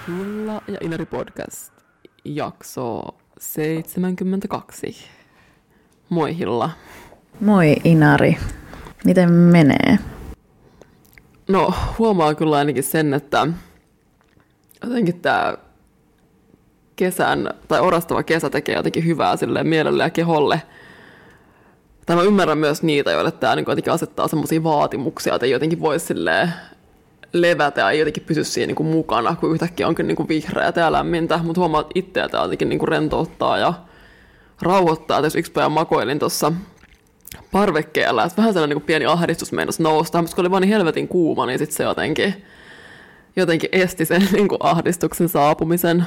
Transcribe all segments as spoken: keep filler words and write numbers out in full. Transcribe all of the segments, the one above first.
Tulla ja Inari podcast, jakso seitsemänkymmentäkaksi. Moi Hilla. Moi Inari. Miten menee? No huomaa kyllä ainakin sen, että jotenkin tämä kesän, tai orastava kesä tekee jotenkin hyvää silleen mielelle ja keholle. Tai mä ymmärrän myös niitä, joille tämä niin jotenkin asettaa semmoisia vaatimuksia, että ei jotenkin voi silleen levätä ja ei jotenkin pysy siinä niin kuin mukana, kun yhtäkkiä onkin niin kuin vihreää ja lämmintä. Mutta huomaa, että itseä tämä jotenkin niin kuin rentouttaa ja rauhoittaa. Jos yksi päivä makoilin tuossa parvekkeella, että vähän sellainen niin kuin pieni ahdistus meinasi nousta. Mutta kun oli vaan niin helvetin kuuma, niin sitten se jotenkin, jotenkin esti sen niin kuin ahdistuksen saapumisen.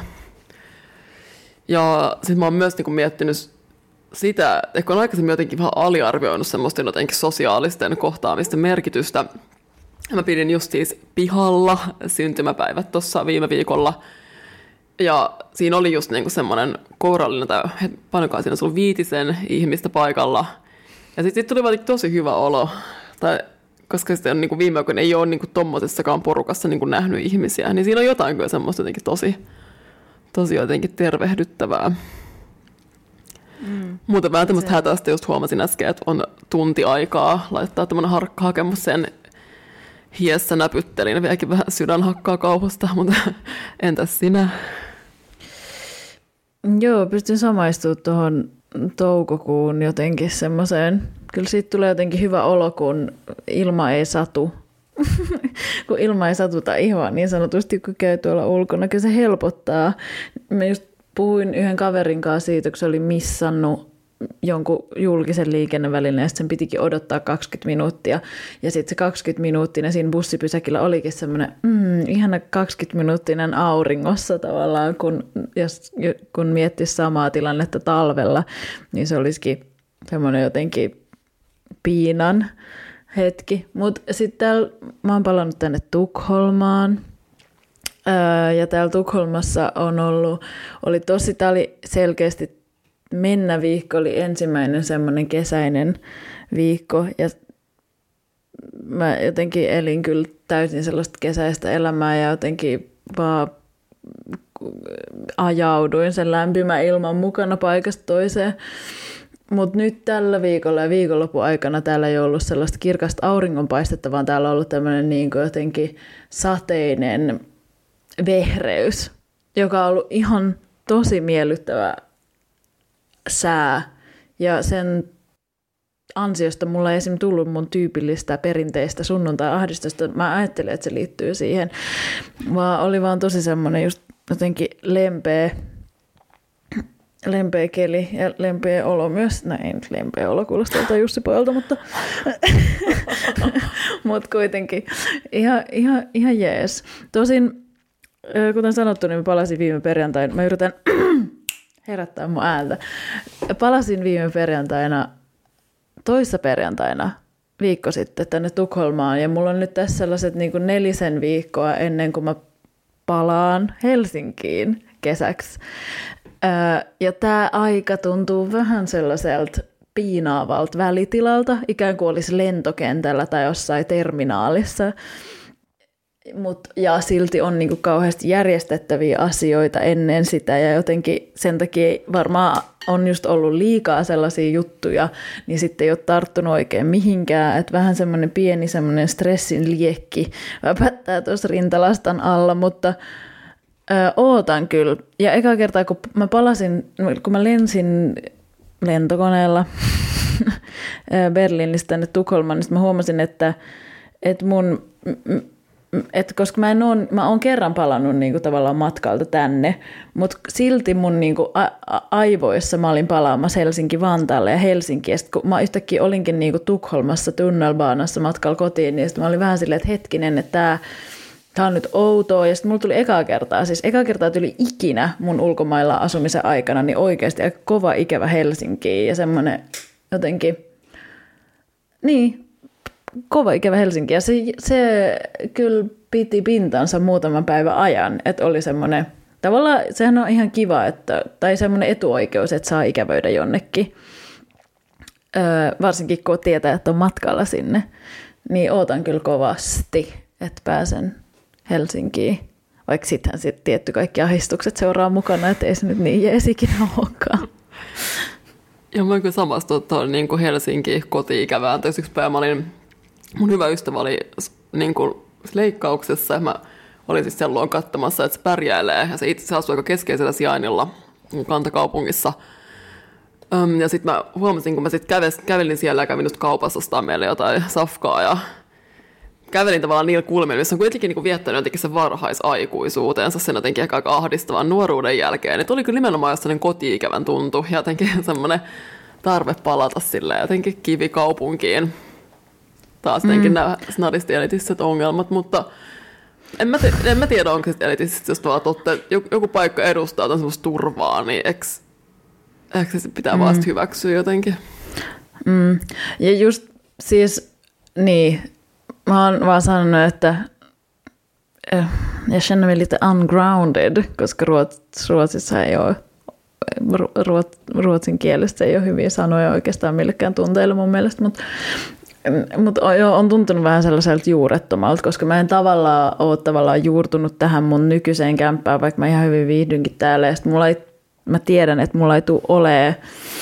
Ja sitten mä oon myös niin kuin miettinyt sitä, että kun on aikaisemmin jotenkin vähän aliarvioinut semmoista jotenkin sosiaalisten kohtaamisten merkitystä. Mä pidin just siis pihalla syntymäpäivät tuossa viime viikolla. Ja siinä oli just niinku semmoinen kourallinen, tai paljonkaan siinä oli viitisen ihmistä paikalla. Ja sitten sit tuli vaan tosi hyvä olo. Tai, koska sitten niinku viime aikoina ei ole niinku tommosessakaan porukassa niinku nähnyt ihmisiä. Niin siinä on jotain kyllä semmoista jotenkin tosi, tosi jotenkin tervehdyttävää. Mm. Muuten vähän tämmöistä hätäistä just huomasin äsken, että on tunti aikaa laittaa tämmöinen harkkahakemus sen hiessä näpyttelin. Vieläkin vähän sydän hakkaa kauhusta, mutta entäs sinä? Joo, pystyn samaistumaan tuohon toukokuun jotenkin semmoiseen. Kyllä siitä tulee jotenkin hyvä olo, kun ilma ei satu. kun ilma ei satuta ihoa niin sanotusti, kun käy tuolla ulkona. Kyllä se helpottaa. Mä just puhuin yhden kaverin kanssa siitä, kun se oli missannut jonkun julkisen liikennevälineen, ja sen pitikin odottaa kaksikymmentä minuuttia. Ja sitten se kaksikymmentä minuuttinen siinä bussipysäkillä olikin semmoinen mm, ihana kaksikymmentä minuuttinen auringossa tavallaan, kun, jos, kun miettisi samaa tilannetta talvella, niin se olisikin semmoinen jotenkin piinan hetki. Mutta sitten täällä, mä oon palannut tänne Tukholmaan, ää, ja täällä Tukholmassa on ollut, oli tosi, tää oli selkeästi mennä viikko oli ensimmäinen semmoinen kesäinen viikko ja mä jotenkin elin kyllä täysin sellaista kesäistä elämää ja jotenkin vaan ajauduin sen lämpimän ilman mukana paikasta toiseen. Mutta nyt tällä viikolla ja viikonlopun aikana täällä ei ollut sellaista kirkasta auringonpaistetta, vaan täällä on ollut tämmöinen niin kuin jotenkin sateinen vehreys, joka on ollut ihan tosi miellyttävä sää, ja sen ansiosta mulla ei esimerkiksi tullut mun tyypillistä perinteistä sunnuntai-ahdistusta. Mä ajattelin, että se liittyy siihen, vaan oli vaan tosi semmoinen just jotenkin lempeä, lempeä keli ja lempeä olo myös. No ei nyt lempeä olo kuulostaa joltain Jussi-pojalta, mutta mut kuitenkin ihan, ihan, ihan jees. Tosin, kuten sanottu, niin mä palasin viime perjantaina. Mä yritän herättää mun ääntä. Palasin viime perjantaina, toissa perjantaina, viikko sitten tänne Tukholmaan, ja mulla on nyt tässä sellaiset niin kuin nelisen viikkoa ennen kuin mä palaan Helsinkiin kesäksi. Ja tää aika tuntuu vähän sellaiselta piinaavalta välitilalta, ikään kuin olisi lentokentällä tai jossain terminaalissa. Mut, ja silti on niinku kauheasti järjestettäviä asioita ennen sitä ja jotenkin sen takia varmaan on just ollut liikaa sellaisia juttuja, niin sitten ei ole tarttunut oikein mihinkään. Että vähän semmoinen pieni semmoinen stressin liekki väpättää tuossa rintalastan alla, mutta ö, ootan kyllä. Ja eka kertaa kun mä palasin, kun mä lensin lentokoneella Berliinistä tänne Tukholmaan, niin mä huomasin, että, että mun Et koska mä, en ole, mä oon kerran palannut niinku tavallaan matkalta tänne, mutta silti mun niinku a- a- aivoissa mä olin palaamassa Helsinki-Vantaalle ja Helsinkiin. Ja sit kun mä yhtäkkiä olinkin niinku Tukholmassa tunnelbaanassa matkalla kotiin, niin mä olin vähän silleen, että hetkinen, että tää, tää on nyt outoa. Ja sitten mulla tuli ekaa kertaa, siis ekaa kertaa tuli ikinä mun ulkomailla asumisen aikana, niin oikeasti aika kova ikävä Helsinkiin ja semmoinen jotenkin, niin, kova ikävä Helsinki, ja se, se kyllä piti pintansa muutaman päivän ajan, että oli semmoinen, tavallaan sehän on ihan kiva, että, tai semmoinen etuoikeus, että saa ikävöidä jonnekin, öö, varsinkin kun tietää, että on matkalla sinne, niin ootan kyllä kovasti, että pääsen Helsinkiin. vaikka sittenhän sit tietty kaikki ahdistukset seuraa mukana, että ei se nyt niin jees ikinä olekaan. Ja mä kyllä samasta tuon niin Helsinki koti-ikävään. Tai yksi päivä mä olin, mun hyvä ystävä oli niin kuin leikkauksessa ja mä olin siis siellä luon katsomassa, että se pärjäilee. Ja se itse asiassa asui aika keskeisellä sijainnilla kantakaupungissa. Ja sitten mä huomasin, kun mä sitten kävelin siellä ja kävin just kaupassa ostaa meille jotain safkaa ja kävelin tavallaan niillä kulmilla, missä on kuitenkin niin viettänyt jotenkin sen varhaisaikuisuutensa sen jotenkin ehkä aika ahdistavan nuoruuden jälkeen. Niin tuli kyllä nimenomaan sellainen koti-ikävän tuntu ja jotenkin semmoinen tarve palata silleen jotenkin kivikaupunkiin. Taas jotenkin mm. nämä snadisti elitistiset ongelmat, mutta en mä, te, en mä tiedä, onko se elitistisesti just vaan totta, että joku paikka edustaa jotain semmoista turvaa, niin eikö, eikö se pitää mm. vaan hyväksyä jotenkin? Mm. Ja just siis, niin, mä oon vaan sanonut, että jag känner mig lite ungrounded, koska ruots, Ruotsissa ei ole, ruot, ruotsin kielestä ei ole hyviä sanoja oikeastaan millekään tunteille mun mielestä, mutta mut on tuntunut vähän sellaiselta juurettomalta, koska mä en tavallaan ole tavallaan juurtunut tähän mun nykyiseen kämppään, vaikka mä ihan hyvin viihdynkin täällä, ja mulla ei, mä tiedän, että mulla ei tule olemaan.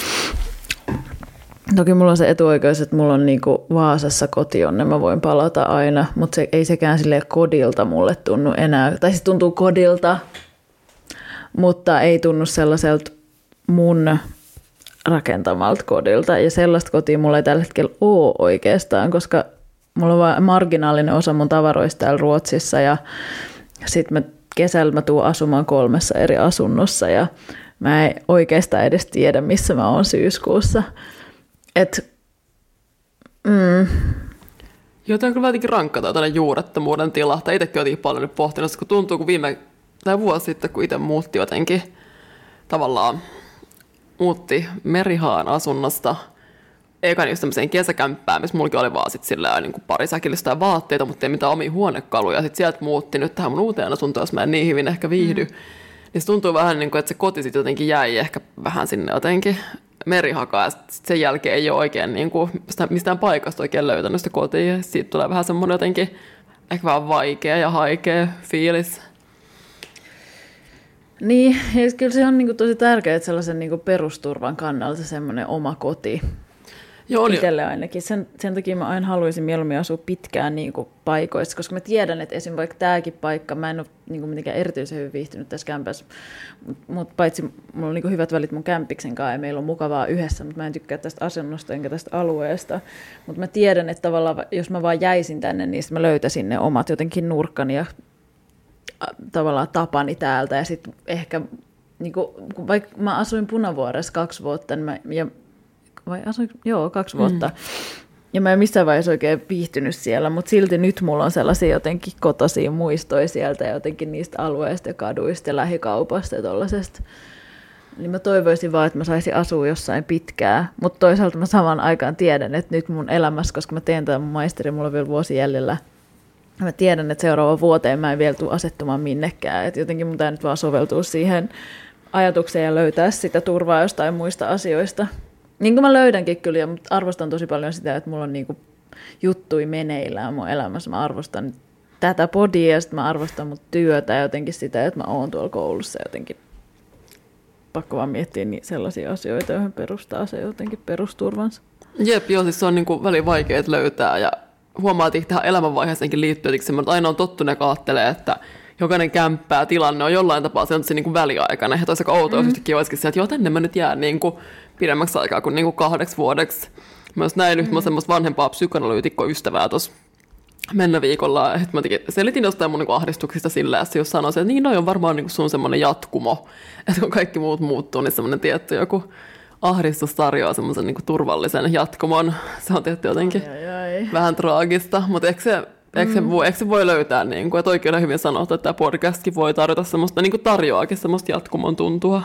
Toki mulla on se etuoikeus, että mulla on niinku Vaasassa koti, jonne mä voin palata aina, mutta se, ei sekään silleen kodilta mulle tunnu enää. Tai se tuntuu kodilta, mutta ei tunnu sellaiselta mun rakentamalta kodilta. Ja sellaista kotia mulla ei tällä hetkellä ole oikeastaan, koska mulla on vain marginaalinen osa mun tavaroista täällä Ruotsissa. Ja sitten kesällä mä tuun asumaan kolmessa eri asunnossa ja mä en oikeastaan edes tiedä, missä mä oon syyskuussa. Et, mm. Joten on kyllä jotenkin rankkaa tällainen juurettomuuden tila. Tai itsekin jotenkin paljon nyt pohtinut, kun tuntuu, kun viime, tai vuosi sitten, kun itse muutti jotenkin, tavallaan muutti Merihaan asunnosta, eikä just tämmöiseen kesäkämppään, missä mullakin oli vaan sit sillä niin kuin pari säkillistä ja vaatteita, mutta ei mitään omia huonekaluja. Sitten sieltä muutti nyt tähän mun uuteen asuntoon, jos mä en niin hyvin ehkä viihdy. Mm. Niin se tuntuu vähän niin kuin, että se koti sitten jotenkin jäi ehkä vähän sinne jotenkin Merihakaan, ja sen jälkeen ei ole oikein niin kuin, mistään paikasta oikein löytänyt sitä kotia, ja siitä tulee vähän semmoinen jotenkin ehkä vähän vaikea ja haikea fiilis. Niin, ja kyllä se on niin kuin tosi tärkeää, että sellaisen niin kuin perusturvan kannalta semmoinen oma koti. Joo, itselle ainakin. Sen, sen takia mä aina haluaisin mieluummin asua pitkään niin kuin paikoissa, koska mä tiedän, että esimerkiksi vaikka tämäkin paikka, mä en ole niin kuin mitenkään erityisen hyvin viihtynyt tässä kämpässä, mutta mut paitsi mulla on niin kuin hyvät välit mun kämpiksen kanssa ja meillä on mukavaa yhdessä, mutta mä en tykkää tästä asennosta enkä tästä alueesta. Mutta mä tiedän, että tavallaan jos mä vaan jäisin tänne, niin mä löytäisin ne omat jotenkin nurkkani ja tavallaan tapani täältä. Ja sitten ehkä, niin kuin, vaikka mä asuin Punavuoressa kaksi vuotta, niin mä, ja vai asuin, joo, kaksi vuotta. Mm. Ja mä en missään vaiheessa oikein viihtynyt siellä, mutta silti nyt mulla on sellaisia jotenkin kotoisia muistoja sieltä ja jotenkin niistä alueista ja kaduista ja lähikaupasta ja tollasesta. Niin mä toivoisin vaan, että mä saisin asua jossain pitkään, mutta toisaalta mä saman aikaan tiedän, että nyt mun elämässä, koska mä teen tämän mun maisteri, mulla on vielä vuosi jäljellä, mä tiedän, että seuraava vuoteen mä en vielä tule asettumaan minnekään, että jotenkin mun tää nyt vaan soveltuu siihen ajatukseen ja löytää sitä turvaa jostain muista asioista. Niin kuin mä löydänkin kyllä, mutta arvostan tosi paljon sitä, että mulla on niinku juttui meneillään mun elämässä. Mä arvostan tätä podia ja sitten mä arvostan mun työtä ja jotenkin sitä, että mä oon tuolla koulussa jotenkin. Pakko vaan miettiä niin sellaisia asioita, joihin perustaa se jotenkin perusturvansa. Jep, joo, siis se on niinku välillä vaikea löytää ja huomaa, että tähän elämänvaiheeseenkin liittyy, että aina on tottunut ja ajattelee, että jokainen kämppää tilanne on jollain tapaa se on se niinku väliaikainen. Ja toisaalta outoa, jos mm. yhtäkkiä olisikin se, että joo, tänne mä nyt jään niinku pidemmäksi aikaa kuin niinku kahdeksi vuodeksi. Myös näin nyt, mm. mä semmoista vanhempaa psykoanalyytikkoystävää tuossa mennä viikolla. Että mä selitin jostain mun niinku ahdistuksista sillä, että jos sanoi, että niin noi on varmaan niinku sun semmoinen jatkumo. Että kun kaikki muut muuttuu, niin semmoinen tietty joku ahdistus tarjoaa semmoisen niinku turvallisen jatkumon. Se on tietty jotenkin ai, ai, ai. vähän traagista, mutta eikö se, eikö, se voi, eikö se voi löytää, niin kuin, että oikein hyvin sanottu, että tämä podcastkin voi tarjota semmoista, niin kuin tarjoakin semmoista jatkumon tuntua.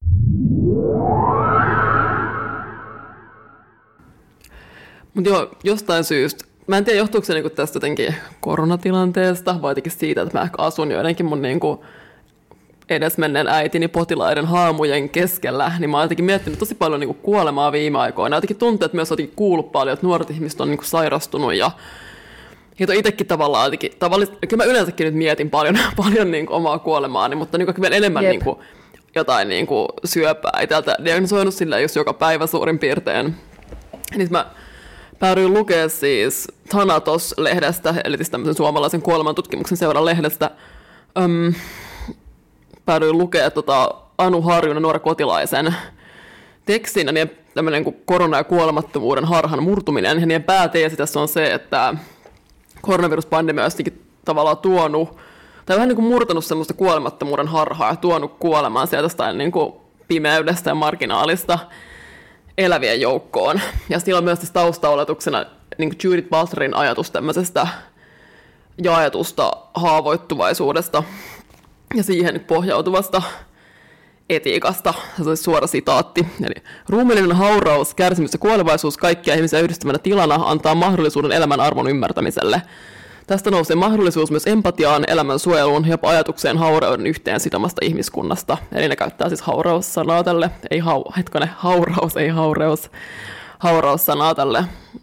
Mutta joo, jostain syystä, mä en tiedä johtuuko se niinku tästä jotenkin koronatilanteesta, vai jotenkin siitä, että mä ehkä asun joidenkin mun niinku edesmenneen äitini potilaiden haamujen keskellä, niin mä oon jotenkin miettinyt tosi paljon niinku kuolemaa viime aikoina. Jotenkin tuntuu, että myös jotenkin kuullut paljon, että nuoret ihmiset on niinku sairastunut ja Ja itsekin tavallaan, jotenkin, tavallis- kyllä mä yleensäkin nyt mietin paljon, paljon niin kuin omaa kuolemaani, mutta niin kuin vielä enemmän niin kuin jotain niin kuin syöpää. Ei täältä diagnosoinut silleen just joka päivä suurin piirtein. Niin mä päädyin lukemaan siis Thanatos-lehdestä, eli siis tämmöisen suomalaisen kuolemantutkimuksen seuran lehdestä. Öm, päädyin lukemaan tota Anu Harjun Nuora Kotilaisen tekstin, ja niiden tämmöinen kuin korona- ja kuolemattomuuden harhan murtuminen. Ja niiden pääteesi tässä on se, että koronaviruspandemia on tavallaan tuonut, tai vähän niin kuin murtanut semmoista kuolemattomuuden harhaa ja tuonut kuolemaan sieltä jostain niin kuin pimeydestä ja marginaalista elävien joukkoon. Ja siinä on myös tässä taustaoletuksena niin kuin Judith Butlerin ajatus tämmöisestä jaetusta haavoittuvaisuudesta ja siihen pohjautuvasta etiikasta. Se olisi suora sitaatti. Eli ruumiillinen hauraus, kärsimys ja kuolevaisuus kaikkia ihmisiä yhdistävänä tilana antaa mahdollisuuden elämän arvon ymmärtämiselle. Tästä nousee mahdollisuus myös empatiaan, elämän suojeluun, jopa ajatukseen haurauden yhteen sitomasta ihmiskunnasta. Eli ne käyttää siis hauraus-sanaa tälle, ei hau, hetkone, hauraus, ei haureus, hauraus-sanaa tälle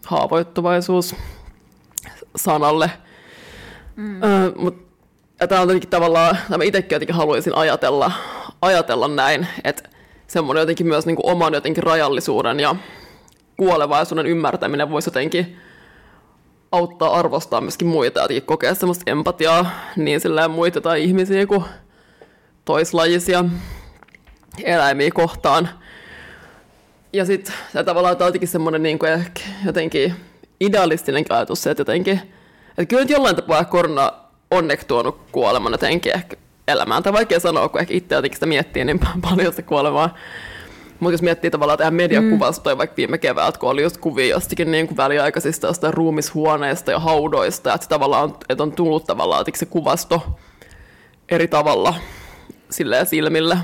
haavoittuvaisuus-sanalle. Mm. Ö, mut, tämä on jotenkin tavallaan, mä itsekin jotenkin haluaisin ajatella, ajatella näin, että semmoinen jotenkin myös niin kuin oman jotenkin rajallisuuden ja kuolevaisuuden ymmärtäminen voisi jotenkin auttaa arvostaa myöskin muita ja kokea semmoista empatiaa niin silleen muita tai ihmisiä kuin toislajisia eläimiä kohtaan. Ja sitten se tavallaan on jotenkin semmoinen niin kuin ehkä jotenkin idealistinen ajatus, että jotenkin, että kyllä nyt jollain tapaa korona onneksi tuonut kuoleman jotenkin ehkä elämään. Tai vaikea sanoa, kun ehkä itse jotenkin sitä miettii niin paljon sitä kuolemaa. Mutta jos miettii tavallaan tähän mediakuvastoja, mm. vaikka viime keväältä, kun oli just kuvia jostakin niin kuin väliaikaisista jostain ruumishuoneista ja haudoista, että, tavallaan, että on tullut tavallaan se kuvasto eri tavalla silleen silmille.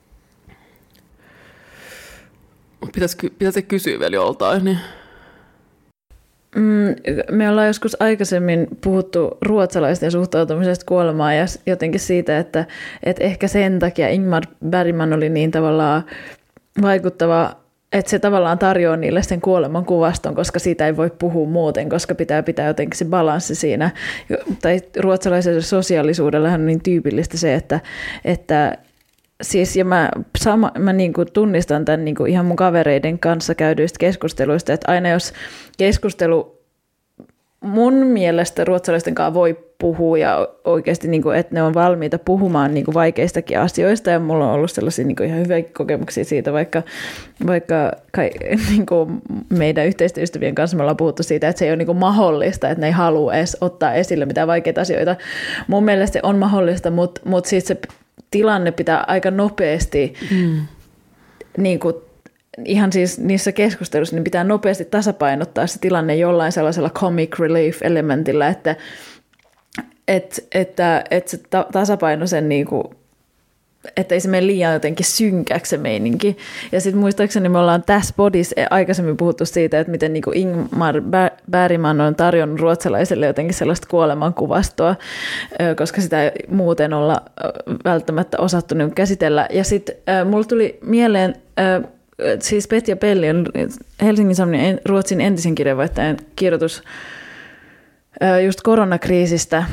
Pitäisikö pitäisi kysyä vielä joltain? Niin. Mm, me ollaan joskus aikaisemmin puhuttu ruotsalaisten suhtautumisesta kuolemaan ja jotenkin siitä, että, että ehkä sen takia Ingmar Bergman oli niin tavallaan vaikuttava, että se tavallaan tarjoaa niille sen kuoleman kuvaston, koska siitä ei voi puhua muuten, koska pitää pitää jotenkin se balanssi siinä. Tai ruotsalaiselle sosiaalisuudellahan on niin tyypillistä se, että, että siis, ja mä, sama, mä niin kuin tunnistan tämän niin kuin ihan mun kavereiden kanssa käydyistä keskusteluista, että aina jos keskustelu mun mielestä ruotsalaisten kanssa voi puhua ja oikeasti, niin kuin, että ne on valmiita puhumaan niin kuin vaikeistakin asioista ja mulla on ollut sellaisia niin kuin ihan hyviä kokemuksia siitä, vaikka, vaikka kai, niin kuin meidän yhteisten ystävien kanssa me ollaan puhuttu siitä, että se ei ole niin kuin mahdollista, että ne ei halua edes ottaa esille mitään vaikeita asioita. Mun mielestä se on mahdollista, mutta, mutta siitä se tilanne pitää aika nopeasti mm. niin kuin, ihan siis niissä keskusteluissa niin pitää nopeasti tasapainottaa se tilanne jollain sellaisella comic relief-elementillä, että, että, että, että se tasapaino sen niin kuin, että ei se mene liian jotenkin synkäksi se meininki. Ja sitten muistaakseni me ollaan tässä podissa aikaisemmin puhuttu siitä, että miten niin kuin Ingmar Bergman on tarjonnut ruotsalaiselle jotenkin sellaista kuolemankuvastoa, koska sitä ei muuten olla välttämättä osattu niin käsitellä. Ja sitten äh, mulla tuli mieleen, äh, siis Petja Pelli on Helsingin Sanomien Ruotsin entisen kirjeenvaihtajan kirjoitus äh, just koronakriisistä.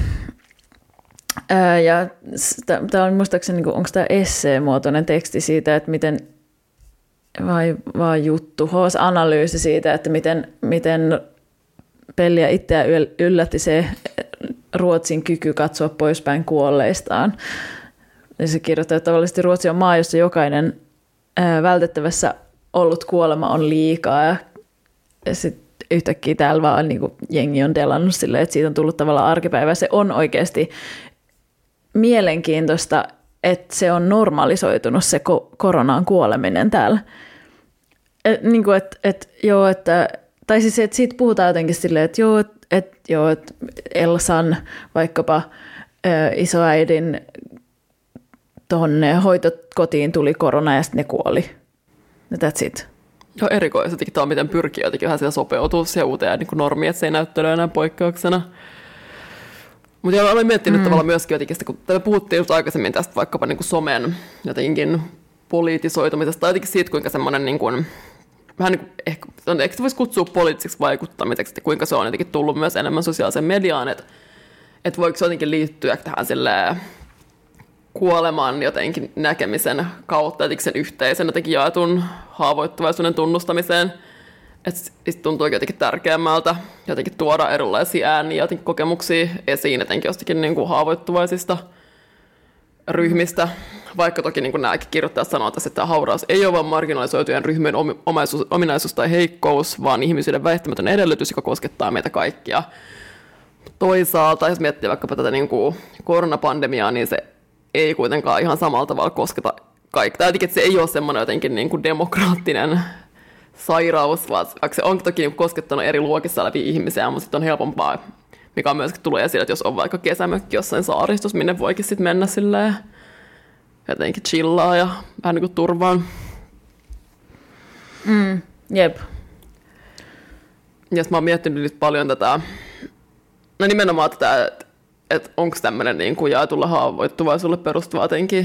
Ja tämä on muistaakseni, onko tämä esseemuotoinen teksti siitä, että miten, vai vaan juttu, analyysi siitä, että miten, miten Pelliä itseä yllätti se Ruotsin kyky katsoa poispäin kuolleistaan. Ja se kirjoittaa, että tavallisesti Ruotsi on maa, jossa jokainen vältettävässä ollut kuolema on liikaa. Ja sitten yhtäkkiä täällä vaan niin kuin jengi on delannut silleen, että siitä on tullut tavallaan arkipäivä. Se on oikeasti mielenkiintoista, että se on normalisoitunut se ko- koronaan kuoleminen täällä. Et, niin kuin, et, et, joo, että, tai siis, että siitä puhutaan jotenkin silleen, että joo, että et, joo, et Elsan vaikkapa ä, isoäidin tuonne hoitokotiin tuli korona ja sitten ne kuoli. Ja that's it. Joo, erikoisesti tämä on miten pyrkii jotenkin vähän sitä sopeutua siihen uuteen niin normiin, että se ei näyttele enää poikkeuksena. Mutta olen miettinyt mm. tavallaan myöskin jotenkin sitä, kun me puhuttiin just aikaisemmin tästä vaikkapa niin kuin somen jotenkin poliitisoitumisesta, tai jotenkin siitä, kuinka semmoinen niin kuin vähän niin kuin, ehkä, ehkä se voisi kutsua poliittiseksi vaikuttamiseksi, että kuinka se on jotenkin tullut myös enemmän sosiaaliseen mediaan, että, että voiko se jotenkin liittyä tähän silleen, kuoleman jotenkin näkemisen kautta, jotenkin sen yhteisen jotenkin jaetun haavoittuvaisuuden tunnustamiseen. Että sitten tuntuu jotenkin tärkeämmältä jotenkin tuoda erilaisia ääniä jotenkin kokemuksia esiin, etenkin jostakin niin kuin haavoittuvaisista ryhmistä. Vaikka toki niin kuin nämäkin kirjoittajat sanoo tässä, että hauraus ei ole vain marginalisoitujen ryhmien ominaisuus, ominaisuus tai heikkous, vaan ihmisyyden väistämätön edellytys, joka koskettaa meitä kaikkia. Toisaalta, jos miettii vaikkapa tätä niin kuin koronapandemiaa, niin se ei kuitenkaan ihan samalla tavalla kosketa kaikkea. Jotenkin, että se ei ole semmoinen jotenkin niin kuin demokraattinen sairaus, vaan se on toki niin kuin koskettanut eri luokissa olevia ihmisiä, mutta sitten on helpompaa, mikä on myöskin tullut esille, että jos on vaikka kesämökki jossain saaristossa, minne voikin sitten mennä silleen jotenkin chillaa ja vähän niin kuin turvaan. Mm, jep. Ja mä oon miettinyt nyt paljon tätä, no nimenomaan tätä, että, että onko tämmöinen niin kuin jaetulle haavoittuvaisuudelle perustuva jotenkin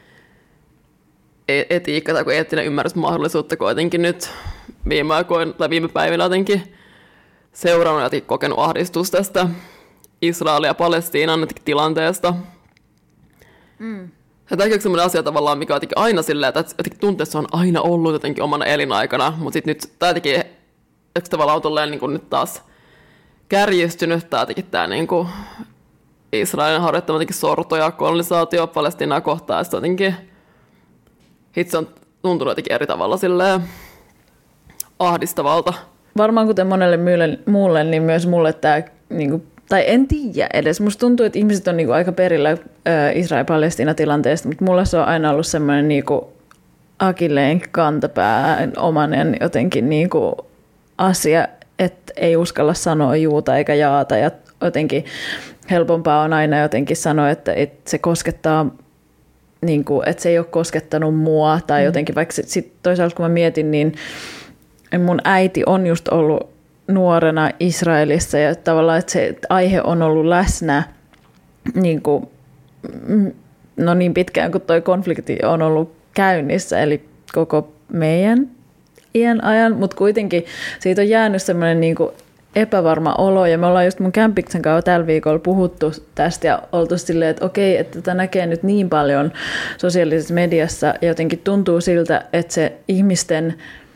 etiikka tai eettinen ymmärrys mahdollisuutta, kun jotenkin nyt viime aikoina tai viime päivinä jotenkin seurannut jotenkin kokenut ahdistusta tästä Israelin ja Palestiinan tilanteesta. Mm. Tämä on sellainen asia tavallaan, mikä on jotenkin aina silleen, että jotenkin tuntuu, että se on aina ollut jotenkin omana elinaikana, mutta sitten nyt tämä jotenkin, eikö tavallaan on tolleen niin kuin nyt taas kärjistynyt, tämä jotenkin tämä niin kuin Israelin harjoittama jotenkin sorto ja kolonisaatio Palestiinaa kohtaan, ja sitten jotenkin itse on tuntunut jotenkin eri tavalla silleen ahdistavalta. Varmaan kuten monelle muulle, niin myös mulle tämä, niin kuin, tai en tiedä edes, musta tuntuu, että ihmiset on niin kuin aika perillä Israel-Palestiina-tilanteesta, mutta mulla se on aina ollut semmoinen niin kuin akilleen kantapää omanen jotenkin niin kuin asia, että ei uskalla sanoa juuta eikä jaata, ja jotenkin helpompaa on aina jotenkin sanoa, että, että se koskettaa, niin kuin, että se ei ole koskettanut mua, tai jotenkin, vaikka sit toisaalta kun mä mietin, niin mun äiti on just ollut nuorena Israelissa, ja tavallaan, että se aihe on ollut läsnä niin kuin, no niin pitkään kuin toi konflikti on ollut käynnissä, eli koko meidän iän ajan, mutta kuitenkin siitä on jäänyt semmoinen niin kuin epävarma olo, ja me ollaan just mun kämpiksen kanssa tällä viikolla puhuttu tästä ja oltu silleen, että okei, että tätä näkee nyt niin paljon sosiaalisessa mediassa, ja jotenkin tuntuu siltä, että se ihmisten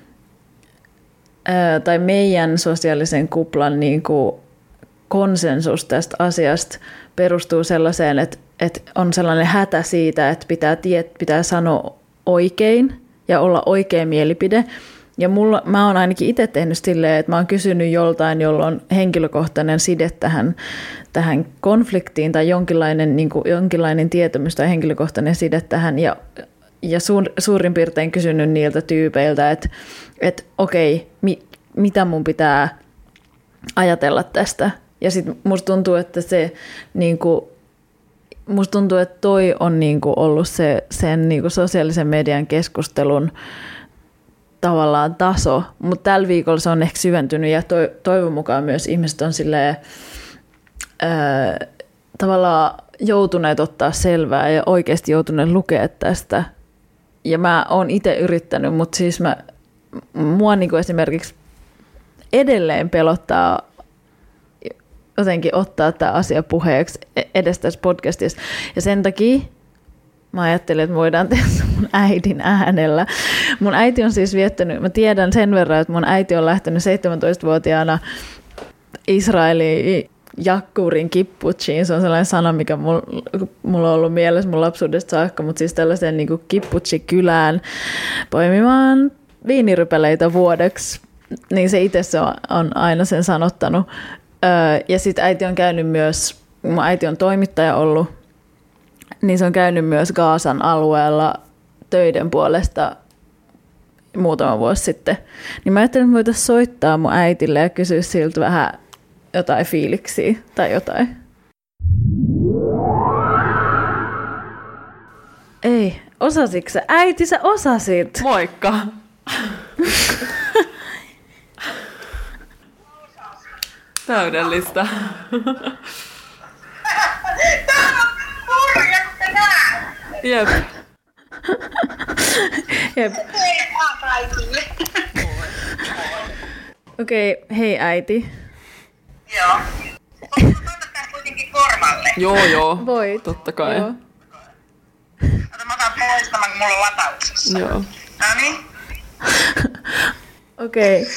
ää, tai meidän sosiaalisen kuplan niin kuin konsensus tästä asiasta perustuu sellaiseen, että, että on sellainen hätä siitä, että pitää, tie, pitää sanoa oikein ja olla oikea mielipide. Ja mulla, mä oon ainakin itse tehnyt silleen, että mä oon kysynyt joltain, jolla on henkilökohtainen side tähän, tähän konfliktiin tai jonkinlainen, niin kuin, jonkinlainen tietämys tai henkilökohtainen side tähän. Ja, ja suur, suurin piirtein kysynyt niiltä tyypeiltä, että, että okei, mi, mitä mun pitää ajatella tästä. Ja sitten musta tuntuu, että se niin kuin, musta tuntuu, että toi on niin kuin ollut se, sen niin kuin sosiaalisen median keskustelun tavallaan taso, mutta tällä viikolla se on ehkä syventynyt, ja to, toivon mukaan myös ihmiset on silleen, ää, tavallaan joutuneet ottaa selvää ja oikeasti joutuneet lukea tästä. Ja mä oon itse yrittänyt, mutta siis mä, mua niin kuin esimerkiksi edelleen pelottaa jotenkin ottaa tämä asia puheeksi edes tässä podcastissa. Ja sen takia mä ajattelin, että voidaan tehdä mun äidin äänellä. Mun äiti on siis viettänyt, mä tiedän sen verran, että mun äiti on lähtenyt seitsemäntoistavuotiaana Israeliin Jakkurin kipputsiin. Se on sellainen sana, mikä mulla on ollut mielessä mun lapsuudesta saakka, mutta siis tällaiseen niin kuin kipputsikylään poimimaan viinirypäleitä vuodeksi. Niin se itse se on, on aina sen sanottanut. Ja sitten äiti on käynyt myös, mun äiti on toimittaja ollut, niin se on käynyt myös Gaasan alueella töiden puolesta muutama vuosi sitten. Niin mä ajattelin, että voitaisiin soittaa mun äitille ja kysyä siltä vähän jotain fiiliksiä tai jotain. Ei, osasitko sä? Äiti, sä osasit. Moikka. Täydellistä. Tää on hurja, kun te näette. Jep. Jep. Hei vaan kaikille. Okei, okay, hei äiti. Joo. Ota tää kuitenkin korvalle. Joo, joo. Voit. Totta kai. Joo. Ota mä otan pois tämän, kun mulla on latauksessa. Joo. No niin. Okei. Okay.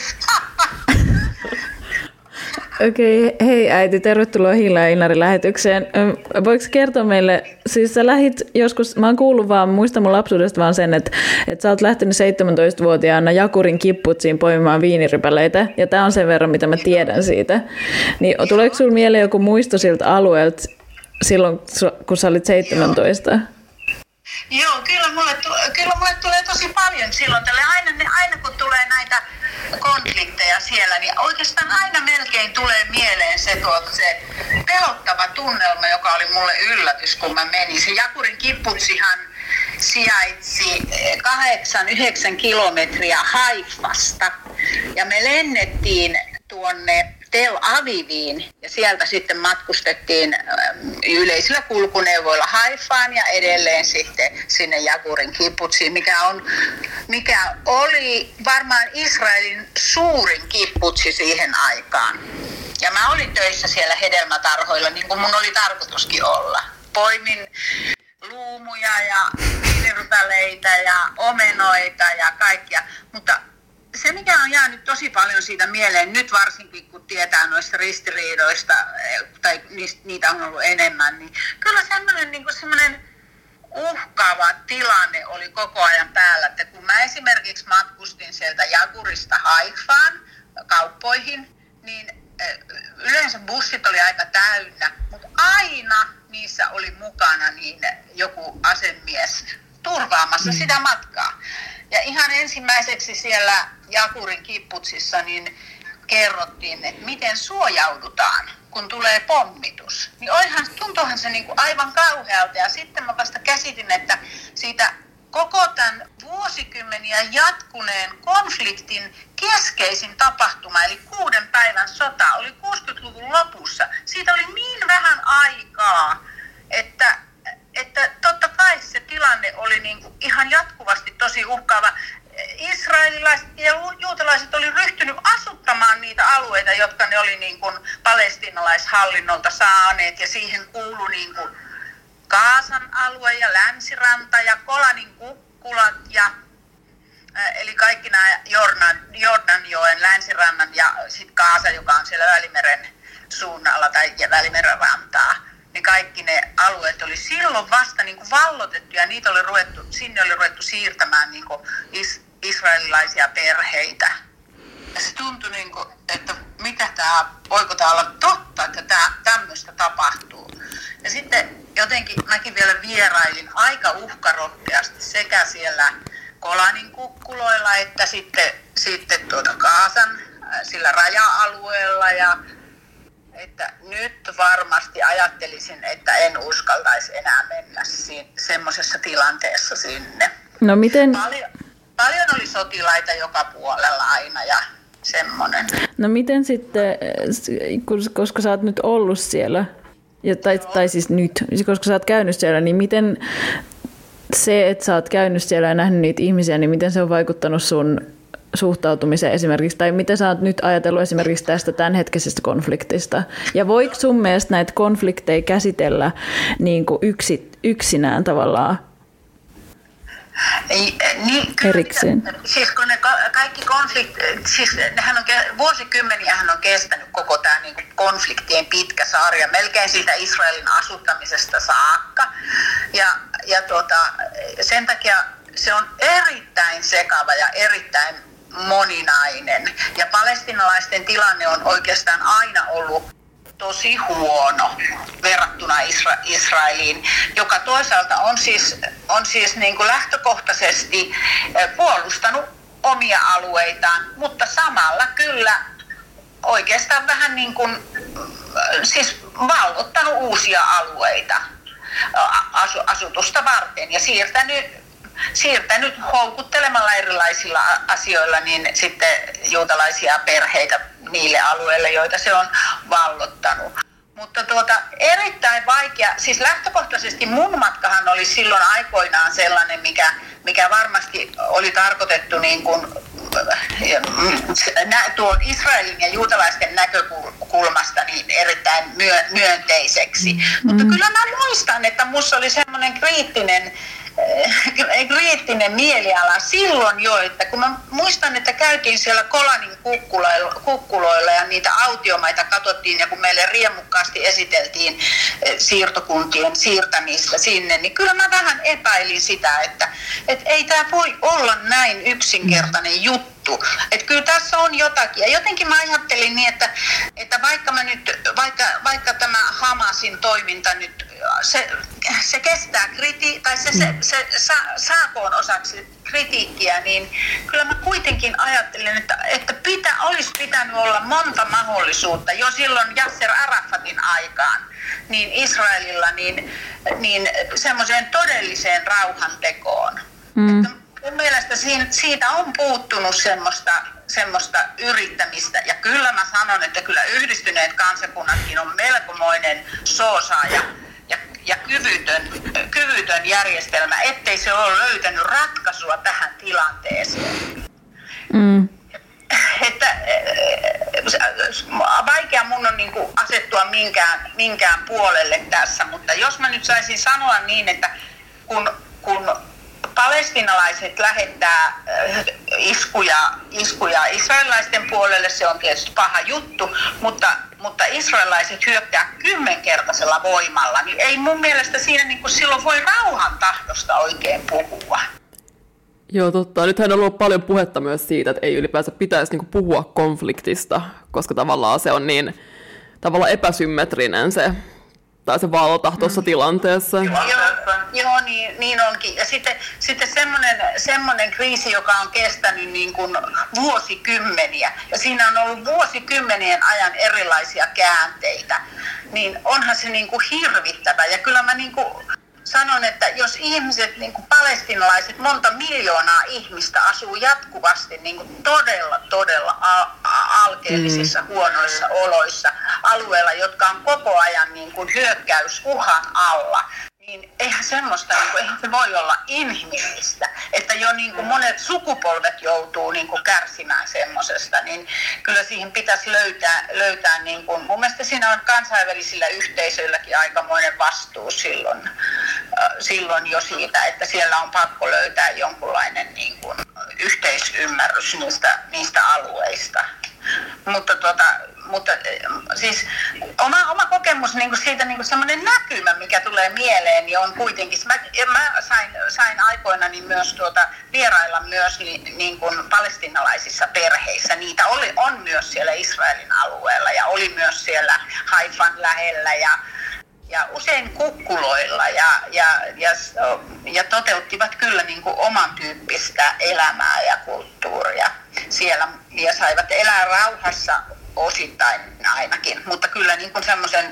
Okei, okay, hei äiti, tervetuloa Hilla ja Inari lähetykseen. Voiko kertoa meille, siis sä lähit joskus, mä oon kuullut vaan, muistan mun lapsuudesta vaan sen, että, että sä oot lähtenyt seitsemäntoistavuotiaana Jakurin kipputsiin poimimaan viinirypäleitä, ja tää on sen verran, mitä mä tiedän siitä. Niin tuleeko sulla mieleen joku muisto siltä alueelta silloin, kun sä olit seitsemäntoista? Joo, kyllä mulle, kyllä mulle tulee tosi paljon silloin. Tälle aina, aina kun tulee näitä konflikteja siellä, niin oikeastaan aina melkein tulee mieleen se, tuot, se pelottava tunnelma, joka oli mulle yllätys, kun mä menin. Se Jakurin kibbutsihan sijaitsi kahdeksan yhdeksän kilometriä Haifasta, ja me lennettiin tuonne Tel Aviviin ja sieltä sitten matkustettiin yleisillä kulkuneuvoilla Haifaan ja edelleen sitten sinne Jakurin kibbutsiin, mikä, on, mikä oli varmaan Israelin suurin kibbutsi siihen aikaan. Ja mä olin töissä siellä hedelmätarhoilla, niin kuin mun oli tarkoituskin olla. Poimin luumuja ja viinirypäleitä ja omenoita ja kaikkia, mutta se, mikä on jäänyt tosi paljon siitä mieleen, nyt varsinkin kun tietää noista ristiriidoista, tai niitä on ollut enemmän, niin kyllä semmoinen, niin kuin semmoinen uhkaava tilanne oli koko ajan päällä. Että kun mä esimerkiksi matkustin sieltä Jakurista Haifaan kauppoihin, niin yleensä bussit oli aika täynnä, mutta aina niissä oli mukana niin joku asemies turvaamassa mm. sitä matkaa. Ja ihan ensimmäiseksi siellä Jakurin kibbutsissa niin kerrottiin, että miten suojaudutaan, kun tulee pommitus. Niin olihan, tuntuuhan se niin kuin aivan kauhealta. Ja sitten mä vasta käsitin, että siitä koko tämän vuosikymmeniä jatkuneen konfliktin keskeisin tapahtuma, eli kuuden päivän sota, oli kuusikymmentäluvun lopussa. Siitä oli niin vähän aikaa, että että totta kai se tilanne oli niin kuin ihan jatkuvasti tosi uhkaava. Israelilaiset ja juutalaiset oli ryhtynyt asuttamaan niitä alueita, jotka ne oli niin kuin palestiinalaishallinnolta saaneet, ja siihen kuului niin kuin Gaasan alue ja länsiranta ja Kolanin kukkulat ja eli kaikki nämä Jordan, Jordanjoen länsirannan ja sitten Gaasa, joka on siellä Välimeren suunnalla tai Välimeren rantaa. Niin kaikki ne alueet oli silloin vasta niin kuin vallotettu, ja niitä oli ruvettu, sinne oli ruvettu siirtämään niin kuin is, israelilaisia perheitä. Ja se tuntui, niin kuin, että mitä tää, voiko tämä olla totta, että tämä tämmöistä tapahtuu. Ja sitten jotenkin mäkin vielä vierailin aika uhkarohkeasti sekä siellä Kolanin kukkuloilla että sitten, sitten tuota Gaasan sillä raja-alueella. Ja että nyt varmasti ajattelisin, että en uskaltaisi enää mennä si- semmoisessa tilanteessa sinne. No miten? Paljon, paljon oli sotilaita joka puolella aina ja semmoinen. No miten sitten, koska sä oot nyt ollut siellä, ja, tai, tai siis nyt, koska sä oot käynyt siellä, niin miten se, että sä oot käynyt siellä ja nähnyt niitä ihmisiä, niin miten se on vaikuttanut sun suhtautumiseen esimerkiksi, tai mitä sä oot nyt ajatellut esimerkiksi tästä tämänhetkisestä konfliktista? Ja voiko sun mielestä näitä konflikteja käsitellä niin kuin yksi, yksinään tavallaan? Ei, niin, kyllä, erikseen. Siis kun ne kaikki konfliktit, siis nehän on, vuosikymmeniähän on kestänyt koko tämä niin kuin konfliktien pitkä sarja, melkein siitä Israelin asuttamisesta saakka. Ja, ja tuota, sen takia se on erittäin sekava ja erittäin moninainen. Ja palestiinalaisten tilanne on oikeastaan aina ollut tosi huono verrattuna Isra- Israeliin, joka toisaalta on siis, on siis niin kuin lähtökohtaisesti puolustanut omia alueitaan, mutta samalla kyllä oikeastaan vähän niin kuin, siis vallottanut uusia alueita asutusta varten ja siirtänyt siirtänyt houkuttelemalla erilaisilla asioilla niin sitten juutalaisia perheitä niille alueille, joita se on vallottanut. Mutta tuota, erittäin vaikea, siis lähtökohtaisesti mun matkahan oli silloin aikoinaan sellainen, mikä, mikä varmasti oli tarkoitettu niin kuin tuon Israelin ja juutalaisten näkökulmasta niin erittäin myönteiseksi. Mm. Mutta kyllä mä muistan, että musta oli semmoinen kriittinen kriittinen mieliala silloin jo, että kun mä muistan, että käytiin siellä Kolanin kukkuloilla, kukkuloilla ja niitä autiomaita katsottiin ja kun meille riemukkaasti esiteltiin siirtokuntien siirtämistä sinne, niin kyllä mä vähän epäilin sitä, että, että ei tämä voi olla näin yksinkertainen juttu. Että kyllä tässä on jotakin. Ja jotenkin mä ajattelin niin, että, että vaikka, mä nyt, vaikka, vaikka tämä Hamasin toiminta nyt, se, se kestää kriti- tai se, se, se sa, saakoon osaksi kritiikkiä, niin kyllä mä kuitenkin ajattelin, että, että pitä, olisi pitänyt olla monta mahdollisuutta jo silloin Yasser Arafatin aikaan niin Israelilla niin, niin semmoiseen todelliseen rauhantekoon. Mm. Että mun mielestä siitä on puuttunut semmoista, semmoista yrittämistä. Ja kyllä mä sanon, että kyllä yhdistyneet kansakunnatkin on melkomoinen soosaaja ja, ja kyvytön, kyvytön järjestelmä, ettei se ole löytänyt ratkaisua tähän tilanteeseen. Mm. Että vaikea mun on niin kuin asettua minkään, minkään puolelle tässä, mutta jos mä nyt saisin sanoa niin, että kun, kun palestiinalaiset lähettää iskuja, iskuja israelilaisten puolelle, se on tietysti paha juttu, mutta, mutta israelilaiset hyökkää kymmenkertaisella voimalla, niin ei mun mielestä siinä niin kuin silloin voi rauhan tahdosta oikein puhua. Joo, totta. Nythän on ollut paljon puhetta myös siitä, että ei ylipäänsä pitäisi niin kuin puhua konfliktista, koska tavallaan se on niin tavallaan epäsymmetrinen se, tai se valta tuossa mm. tilanteessa. Joo, joo niin, niin onkin. Ja sitten, sitten semmoinen, semmoinen kriisi, joka on kestänyt niin kuin vuosikymmeniä, ja siinä on ollut vuosikymmenien ajan erilaisia käänteitä, niin onhan se niin kuin hirvittävä. Ja kyllä mä niin kuin sanon, että jos ihmiset, niin kuin palestiinalaiset, monta miljoonaa ihmistä asuu jatkuvasti niin kuin todella, todella alkeellisissa mm. huonoissa oloissa alueilla, jotka on koko ajan niin kuin hyökkäysuhan alla, niin eihän semmoista, niin kuin, eihän se voi olla inhimillistä, että jo niin kuin monet sukupolvet joutuu niin kuin kärsimään semmoisesta, niin kyllä siihen pitäisi löytää, löytää niin kuin, mun mielestä siinä on kansainvälisillä yhteisöilläkin aikamoinen vastuu silloin, äh, silloin jo siitä, että siellä on pakko löytää jonkunlainen niin kuin yhteisymmärrys niistä, niistä alueista. Mutta, tuota, mutta siis oma, oma kokemus niin kuin siitä niin kuin semmoinen näkymä, mikä tulee mieleen, niin on kuitenkin, mä, mä sain, sain aikoinani myös tuota, vierailla myös niin, niin kuin palestiinalaisissa perheissä. Niitä oli, on myös siellä Israelin alueella ja oli myös siellä Haifan lähellä ja ja usein kukkuloilla ja, ja, ja, ja toteuttivat kyllä niin kuin oman tyyppistä elämää ja kulttuuria siellä ja saivat elää rauhassa osittain ainakin, mutta kyllä niin kuin semmoisen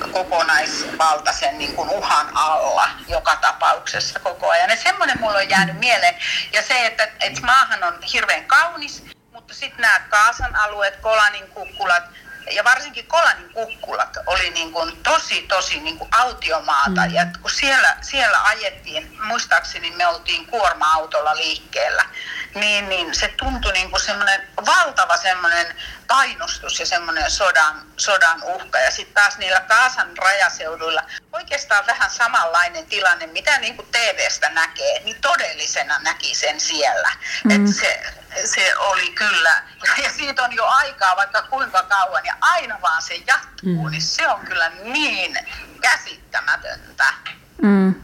kokonaisvaltaisen niin kuin uhan alla joka tapauksessa koko ajan. Ja semmoinen mulle on jäänyt mieleen ja se, että, että maahan on hirveän kaunis, mutta sitten nämä Gazan alueet, Golanin kukkulat, ja varsinkin Golanin kukkulat oli niin kuin tosi, tosi niin kuin autiomaata. Mm. Ja kun siellä, siellä ajettiin, muistaakseni me oltiin kuorma-autolla liikkeellä, niin, niin se tuntui niin kuin semmoinen valtava semmoinen painostus ja semmoinen sodan, sodan uhka. Ja sitten taas niillä Gazan rajaseuduilla oikeastaan vähän samanlainen tilanne, mitä niin kuin T V:stä näkee, niin todellisena näki sen siellä. Mm. Että se, se oli kyllä, ja siitä on jo aikaa vaikka kuinka kauan, ja aina vaan se jatkuu, mm. niin se on kyllä niin käsittämätöntä. Mm.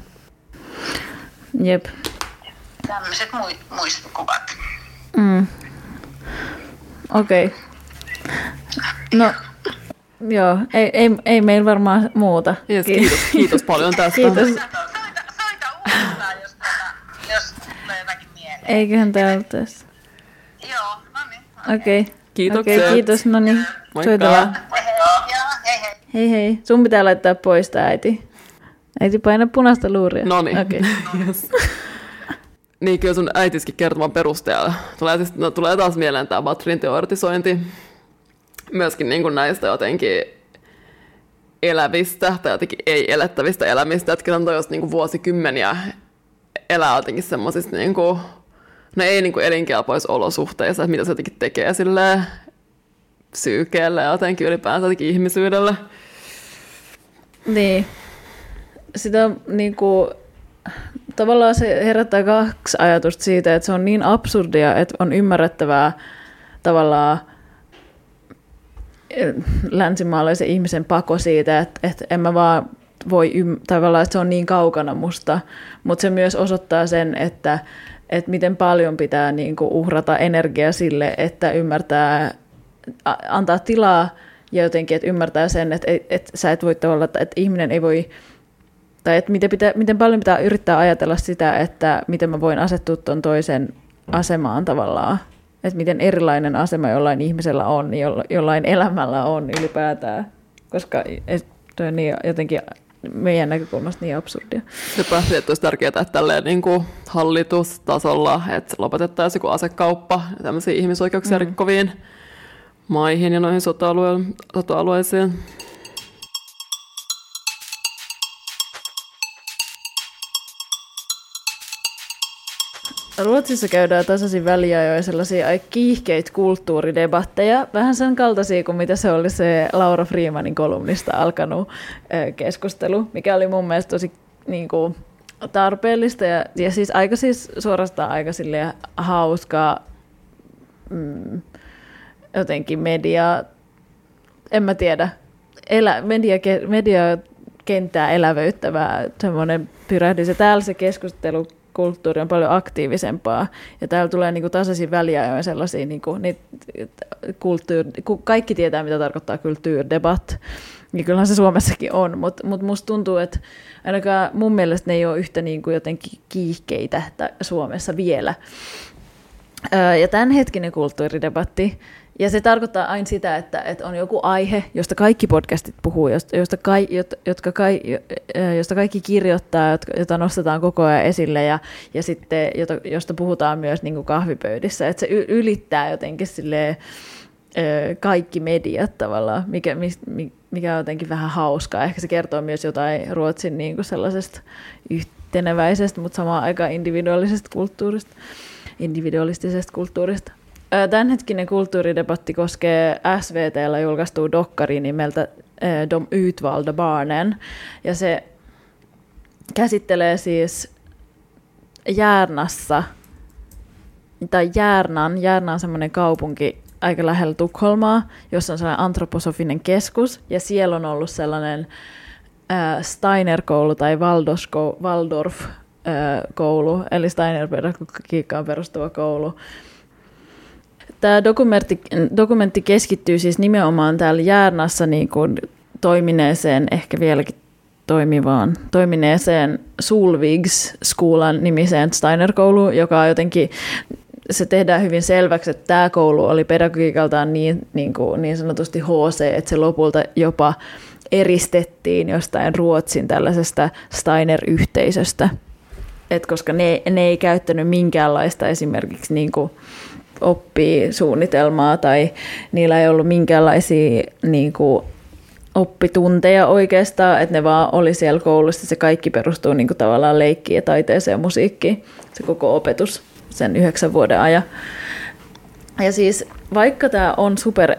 Jep. Tämmöiset muistikuvat. Mm. Okei. Okay. No, joo, ei, ei, ei meillä varmaan muuta. Yes, kiitos, kiitos paljon tästä. Kiitos. Soita, soita uudestaan, jos, tuota, jos tulee jotakin mieleen. Eiköhän tämä ollut tässä. Joo, no niin. Okei. Okay. Kiitoksia. Okay, kiitos, no niin. Soitellaan. Hei, hei, hei. Hei hei. Sun pitää laittaa pois tää äiti. Äiti paina punaista luuria. No niin. Okay. Yes. Niin, kyllä sun äitiskin kertoman perusteella. Tulee, no, tulee taas mieleen tämä Batrin teoretisointi. Myöskin niin kuin näistä jotenkin elävistä tai jotenkin ei-elettävistä elämistä. Että kyllä on jos niin kuin vuosikymmeniä elää jotenkin semmoisissa niin kuin no ei niin kuin elinkelpoisissa olosuhteissa, että mitä se jotenkin tekee silleen psyykeelle ja jotenkin ylipäänsä jotenkin ihmisyydelle. Niin. Sitä on niin kuin, tavallaan se herättää kaksi ajatusta siitä, että se on niin absurdia, että on ymmärrettävää tavallaan länsimaalaisen ihmisen pako siitä, että, että en mä vaan voi, ym- tavallaan, että se on niin kaukana musta, mutta se myös osoittaa sen, että, että miten paljon pitää niin kuin uhrata energiaa sille, että ymmärtää, antaa tilaa ja jotenkin, että ymmärtää sen, että, että, että sä et voi tavallaan, että ihminen ei voi, tai että miten, pitää, miten paljon pitää yrittää ajatella sitä, että miten mä voin asettua tuon toisen asemaan tavallaan, että miten erilainen asema jollain ihmisellä on, jollain elämällä on ylipäätään, koska tuo on niin jotenkin meidän näkökulmasta niin absurdia. Sepä, että olisi tärkeää, että tälleen niin kuin hallitustasolla, että lopetettaisiin joku asekauppa tämmöisiin ihmisoikeuksia mm. rikkoviin maihin ja noihin sota-alueisiin. Ruotsissa käydään tasaisin väliajoin sellaisia aika kiihkeitä kulttuuridebatteja, vähän sen kaltaisia kuin mitä se oli se Laura Freemanin kolumnista alkanut keskustelu, mikä oli mun mielestä tosi niin kuin, tarpeellista ja, ja siis aika siis suorastaan aika silleen hauskaa mm, jotenkin media, en mä tiedä, elä, media, mediakenttää elävöittävää semmoinen pyrähdys ja täällä se keskustelu kulttuuri on paljon aktiivisempaa, ja täällä tulee niinku tasaisin väliajoin sellaisia, niinku, niitä, kulttuur, kaikki tietää, mitä tarkoittaa kulttuurdebatt, niin kyllähän se Suomessakin on, mutta mut musta tuntuu, että ainakaan mun mielestä ne ei ole yhtä niinku jotenkin kiihkeitä Suomessa vielä. Ja tämänhetkinen kulttuuridebatti, ja se tarkoittaa aina sitä, että, että on joku aihe, josta kaikki podcastit puhuu, josta, josta, kai, jotka, kai, josta kaikki kirjoittaa, jota nostetaan koko ajan esille, ja, ja sitten, jota, josta puhutaan myös niin kuin kahvipöydissä. Että se ylittää jotenkin silleen, kaikki mediat tavallaan, mikä, mikä on jotenkin vähän hauskaa. Ehkä se kertoo myös jotain Ruotsin niin kuin sellaisesta yhteneväisestä, mutta samaan aikaan individuaalisesta kulttuurista. individualistisesta kulttuurista. Tämänhetkinen kulttuuridebatti koskee S V T:llä julkaistua dokkari nimeltä De utvalda barnen, ja se käsittelee siis Järnassa, tai Järnan, Järna on semmoinen kaupunki aika lähellä Tukholmaa, jossa on sellainen antroposofinen keskus, ja siellä on ollut sellainen Steiner-koulu tai Waldorf-koulu, eli Steiner-pedagogiikkaan perustuva koulu. Tämä dokumentti, dokumentti keskittyy siis nimenomaan täällä Järnassa niin kuin toimineeseen, ehkä vieläkin toimivaan, toimineeseen Solviks-skoolan nimiseen Steiner-kouluun, joka on jotenkin, se tehdään hyvin selväksi, että tämä koulu oli pedagogiikaltaan niin, niin, kuin, niin sanotusti H C, että se lopulta jopa eristettiin jostain Ruotsin tällaisesta Steiner-yhteisöstä, et koska ne, ne ei käyttänyt minkäänlaista esimerkiksi niin kuin oppisuunnitelmaa tai niillä ei ollut minkäänlaisia niin kuin oppitunteja oikeastaan, että ne vaan oli siellä koulussa. Se kaikki perustuu niin kuin tavallaan leikkiin ja taiteeseen ja musiikkiin, se koko opetus sen yhdeksän vuoden ajan. Ja siis vaikka tämä on super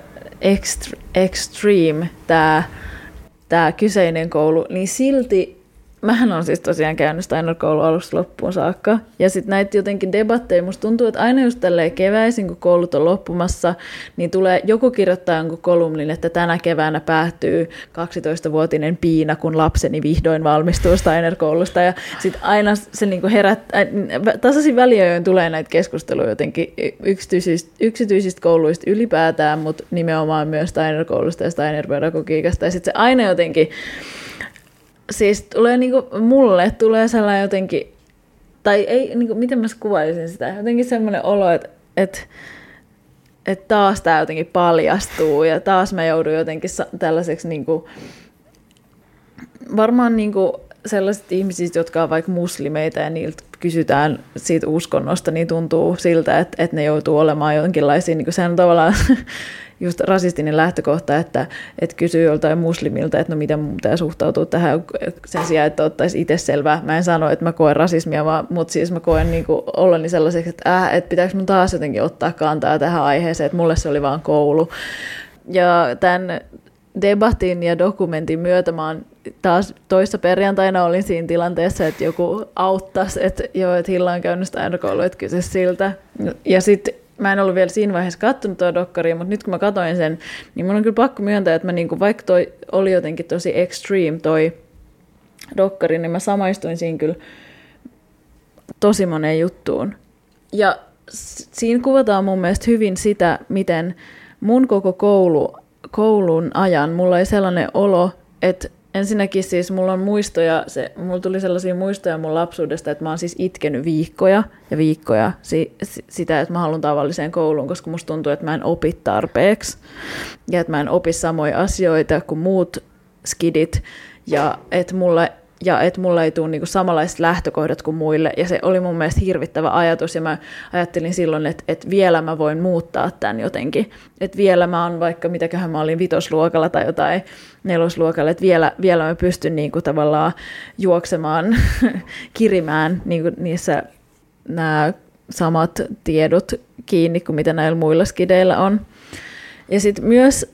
extreme tämä, tämä kyseinen koulu, niin silti mähän on siis tosiaan käynyt Steiner-koulun alusta loppuun saakka. Ja sitten näitä jotenkin debatteja, musta tuntuu, että aina just tälleen keväisin, kun koulut on loppumassa, niin tulee joku kirjoittaa jonkun kolumnin, että tänä keväänä päättyy kaksitoistavuotinen piina, kun lapseni vihdoin valmistuu Steiner-koulusta. Ja sitten aina se niinku herättää, tasaisin väliajoin tulee näitä keskusteluja jotenkin yksityisistä, yksityisistä kouluista ylipäätään, mutta nimenomaan myös Steiner-koulusta ja Steiner-pedagogiikasta. Ja sitten se aina jotenkin siis tulee niinku, mulle tulee sellainen jotenkin, tai ei, niinku, miten mä kuvailisin sitä, jotenkin semmoinen olo, että et, et taas tämä jotenkin paljastuu, ja taas mä joudun jotenkin tällaiseksi, niinku, varmaan niinku sellaiset ihmisistä, jotka on vaikka muslimeita, ja niiltä kysytään siitä uskonnosta, niin tuntuu siltä, että, että ne joutuu olemaan jonkinlaisia, niin kuin sehän on tavallaan just rasistinen lähtökohta, että, että kysyy joltain muslimilta, että no miten mun pitää suhtautua tähän sen sijaan, että ottaisi itse selvää. Mä en sano, että mä koen rasismia, vaan, mutta siis mä koen niin kuin ollani sellaiseksi, että, äh, että pitääkö mun taas jotenkin ottaa kantaa tähän aiheeseen, että mulle se oli vaan koulu. Ja tämän debatin ja dokumentin myötä mä oon taas toissa perjantaina olin siinä tilanteessa, että joku auttaisi, että joo, että Hilla on käynyt Steiner-koulu, että kyse siltä. Ja sitten mä en ollut vielä siinä vaiheessa katsonut tuo dokkaria, mutta nyt kun mä katsoin sen, niin mun on kyllä pakko myöntää, että mä niinku, vaikka toi oli jotenkin tosi extreme toi dokkari, niin mä samaistuin siinä kyllä tosi moneen juttuun. Ja siinä kuvataan mun mielestä hyvin sitä, miten mun koko koulu, koulun ajan mulla oli sellainen olo, että ensinnäkin siis mulla on muistoja, se, mulla tuli sellaisia muistoja mun lapsuudesta, että mä oon siis itkenyt viikkoja ja viikkoja si, si, sitä, että mä haluan tavalliseen kouluun, koska musta tuntuu, että mä en opi tarpeeksi ja että mä en opi samoja asioita kuin muut skidit ja että mulla, ja et mulla ei tule niinku samanlaiset lähtökohdat kuin muille ja se oli mun mielestä hirvittävä ajatus ja mä ajattelin silloin, että, että vielä mä voin muuttaa tämän jotenkin, että vielä mä oon vaikka mitäköhän mä olin vitosluokalla tai jotain nelosluokalla, että vielä, vielä mä pystyn niinku tavallaan juoksemaan, kirimään niinku niissä nämä samat tiedot kiinni kuin mitä näillä muilla skideillä on. Ja sitten myös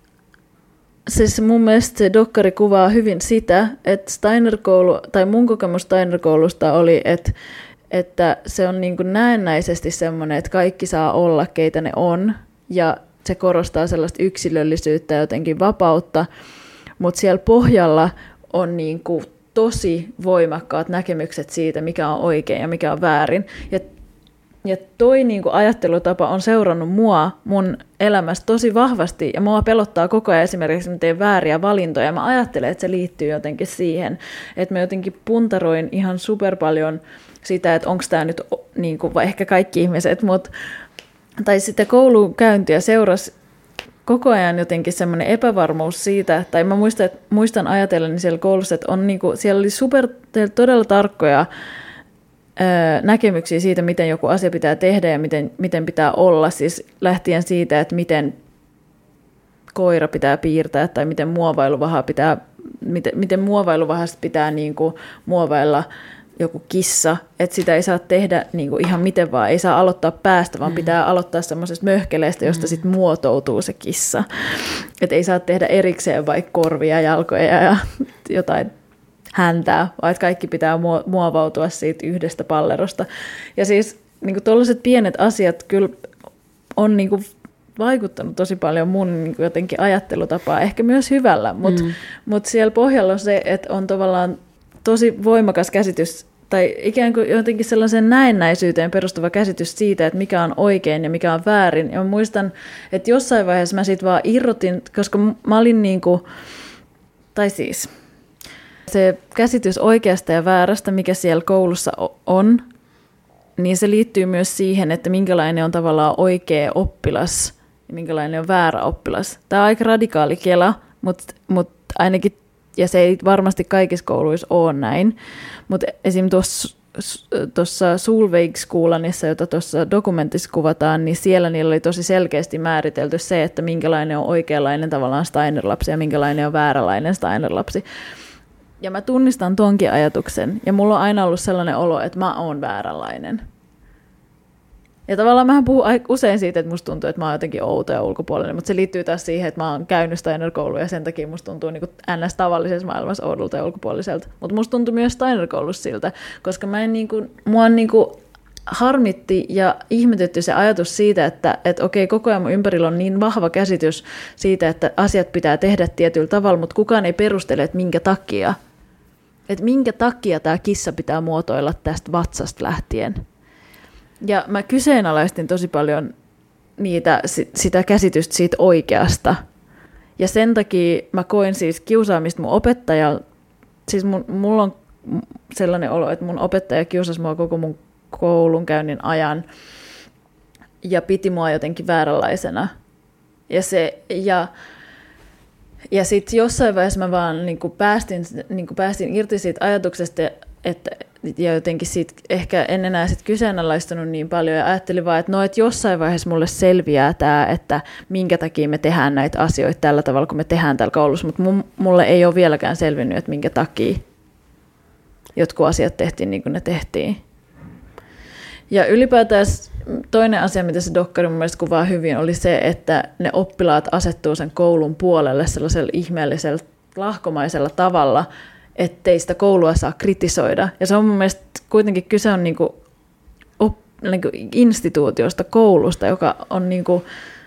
siis mun mielestä se dokkari kuvaa hyvin sitä, että Steiner-koulu, tai mun kokemus Steiner-koulusta oli, että, että se on niin kuin näennäisesti semmoinen, että kaikki saa olla, keitä ne on, ja se korostaa sellaista yksilöllisyyttä ja jotenkin vapautta, mutta siellä pohjalla on niin kuin tosi voimakkaat näkemykset siitä, mikä on oikein ja mikä on väärin. Ja Ja toi niin kuin ajattelutapa on seurannut mua mun elämässä tosi vahvasti ja mua pelottaa koko ajan esimerkiksi, että mä teen vääriä valintoja. Mä ajattelen, että se liittyy jotenkin siihen, että mä jotenkin puntaroin ihan super paljon sitä, että onko tämä nyt, niin kuin, vai ehkä kaikki ihmiset, mutta, tai sitten koulukäyntiä seurasi koko ajan jotenkin semmoinen epävarmuus siitä, tai mä muistan, että, muistan ajatelleni siellä koulussa, että on niin kuin, siellä oli super, todella tarkkoja näkemyksiä siitä, miten joku asia pitää tehdä ja miten, miten pitää olla, siis lähtien siitä, että miten koira pitää piirtää tai miten muovailuvaha pitää, miten, miten muovailuvahasta pitää niin kuin muovailla joku kissa, että sitä ei saa tehdä niin kuin ihan miten vaan, ei saa aloittaa päästä, vaan mm. pitää aloittaa semmoisesta möhkeleestä, josta mm. sitten muotoutuu se kissa. Että ei saa tehdä erikseen vaikka korvia, jalkoja ja jotain häntää, vaan että kaikki pitää muovautua siitä yhdestä pallerosta. Ja siis niin tuollaiset pienet asiat kyllä on niin kuin vaikuttanut tosi paljon mun niin kuin jotenkin ajattelutapaa, ehkä myös hyvällä, mutta mm. mut siellä pohjalla on se, että on tavallaan tosi voimakas käsitys, tai ikään kuin jotenkin sellaisen näennäisyyteen perustuva käsitys siitä, että mikä on oikein ja mikä on väärin. Ja mä muistan, että jossain vaiheessa mä siitä vaan irrotin, koska mä olin niin kuin, tai siis se käsitys oikeasta ja väärästä, mikä siellä koulussa on, niin se liittyy myös siihen, että minkälainen on tavallaan oikea oppilas ja minkälainen on väärä oppilas. Tämä on aika radikaali kela, mutta, mutta ainakin, ja se ei varmasti kaikissa kouluissa ole näin, mutta esim. tuossa tuossa Solveig-Skolanissa, jota tuossa dokumentissa kuvataan, niin siellä niillä oli tosi selkeästi määritelty se, että minkälainen on oikeanlainen tavallaan Steiner-lapsi ja minkälainen on vääränlainen Steiner-lapsi. Ja mä tunnistan tonkin ajatuksen, ja mulla on aina ollut sellainen olo, että mä oon vääränlainen. Ja tavallaan mähän puhun usein siitä, että musta tuntuu, että mä oon jotenkin outo ja ulkopuolinen, mutta se liittyy taas siihen, että mä oon käynyt Steiner-kouluun, ja sen takia musta tuntuu niin kuin ns. Tavallisessa maailmassa oudolta ja ulkopuoliselta. Mutta musta tuntuu myös Steiner-koulussa siltä, koska mä en niin kuin, mua on niin kuin harmitti ja ihmetytty se ajatus siitä, että, että okei, koko ajan mun ympärillä on niin vahva käsitys siitä, että asiat pitää tehdä tietyllä tavalla, mutta kukaan ei perustele, että minkä takia. Että minkä takia tämä kissa pitää muotoilla tästä vatsasta lähtien. Ja mä kyseenalaistin tosi paljon niitä, sitä käsitystä siitä oikeasta. Ja sen takia mä koin siis kiusaamista mun opettajalla. Siis mun, mulla on sellainen olo, että mun opettaja kiusasi mua koko mun koulunkäynnin ajan ja piti mua jotenkin vääränlaisena. Ja, se, ja, ja sitten jossain vaiheessa mä vaan niin kuin päästin, niin kuin päästin irti siitä ajatuksesta, että ja jotenkin siitä ehkä en enää sit kyseenalaistanut niin paljon ja ajattelin vaan, että no, että jossain vaiheessa mulle selviää tämä, että minkä takia me tehdään näitä asioita tällä tavalla, kun me tehdään täällä koulussa, mutta mulle ei ole vieläkään selvinnyt, että minkä takia jotkut asiat tehtiin niin kuin ne tehtiin. Ja ylipäätään toinen asia, mitä se dokkari mun mielestä kuvaa hyvin, oli se, että ne oppilaat asettuu sen koulun puolelle sellaisella ihmeellisellä, lahkomaisella tavalla, ettei sitä koulua saa kritisoida. Ja se on mun mielestä kuitenkin kyse on niinku op, niinku instituutiosta, koulusta, joka on niinku,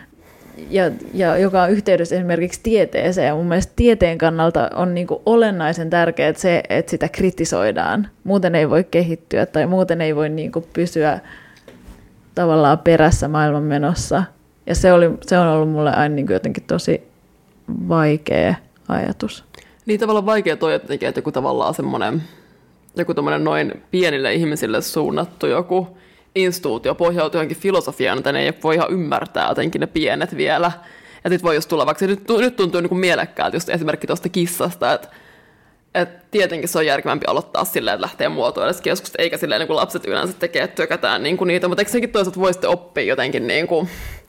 ja, ja joka on yhteydessä esimerkiksi tieteeseen. Ja mun mielestä tieteen kannalta on niinku olennaisen tärkeää se, että sitä kritisoidaan. Muuten ei voi kehittyä tai muuten ei voi niinku pysyä tavallaan perässä maailmanmenossa. Ja se, oli, se on ollut mulle aina niinku jotenkin tosi vaikea ajatus. Niin tavallaan vaikea toi, että joku tavallaan semmoinen, joku tommoinen noin pienille ihmisille suunnattu joku instituutio pohjautuu johonkin filosofiaan, että ne ei voi ihan ymmärtää jotenkin ne pienet vielä. Ja sitten voi just tulla, vaikka se nyt, nyt tuntuu niin kuin mielekkäältä, just esimerkki tuosta kissasta, että, että tietenkin se on järkevämpi aloittaa silleen, että lähtee muotoilemaan keskusta, eikä silleen niin kuin lapset yleensä tekee, että työkätään niin kuin niitä, mutta eikö senkin toisaalta voi sitten oppia jotenkin niin kuin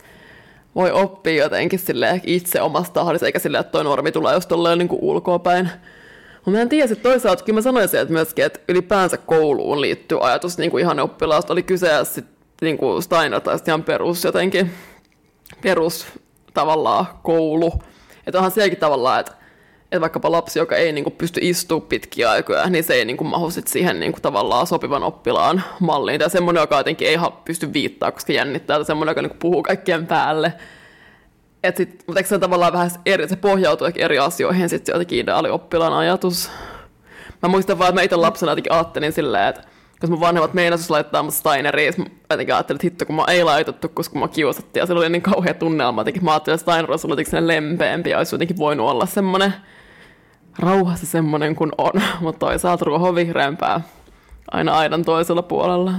voi oppia jotenkin itse omasta tahdissa, eikä silleen, että toi normi tulee just tolleen niin ulkoapäin. Mutta mä en tiedä, että toisaalta kyllä mä sanoisin, että myöskin, että ylipäänsä kouluun liittyy ajatus niin kuin ihan oppilaasta. Oli kyseessä sitten niin kuin Steiner tai ihan perus jotenkin, perus tavallaan koulu. Että onhan sielläkin tavallaan, että, että vaikkapa lapsi, joka ei niin kuin pysty istumaan pitkiä aikoja, niin se ei niin kuin mahu sit siihen niin kuin tavallaan sopivan oppilaan malliin. Tai semmoinen, joka jotenkin ei pysty viittaa, koska jännittää, tai semmoinen, joka niin kuin puhuu kaikkien päälle. Et sit, mutta eikö se tavallaan vähän eri, se pohjautuu eri asioihin, sitten jotenkin ideaalioppilaan ajatus. Mä muistan vaan, että mä itse lapsena jotenkin ajattelin silleen, että koska mun vanhemmat meinasivat laittaa mut Steineriin, mä jotenkin ajattelin, että hitto, kun mä ei laitettu, koska mä kiusattiin, ja se oli niin kauhea tunnelma, jotenkin mä ajattelin, että Steiner olisi ollut jotenkin lempeämpi, ja olisi jotenkin voinut olla semmoinen rauhassa semmoinen kuin on, mutta toisaalta ruoho vihreämpää aina aidan toisella puolella.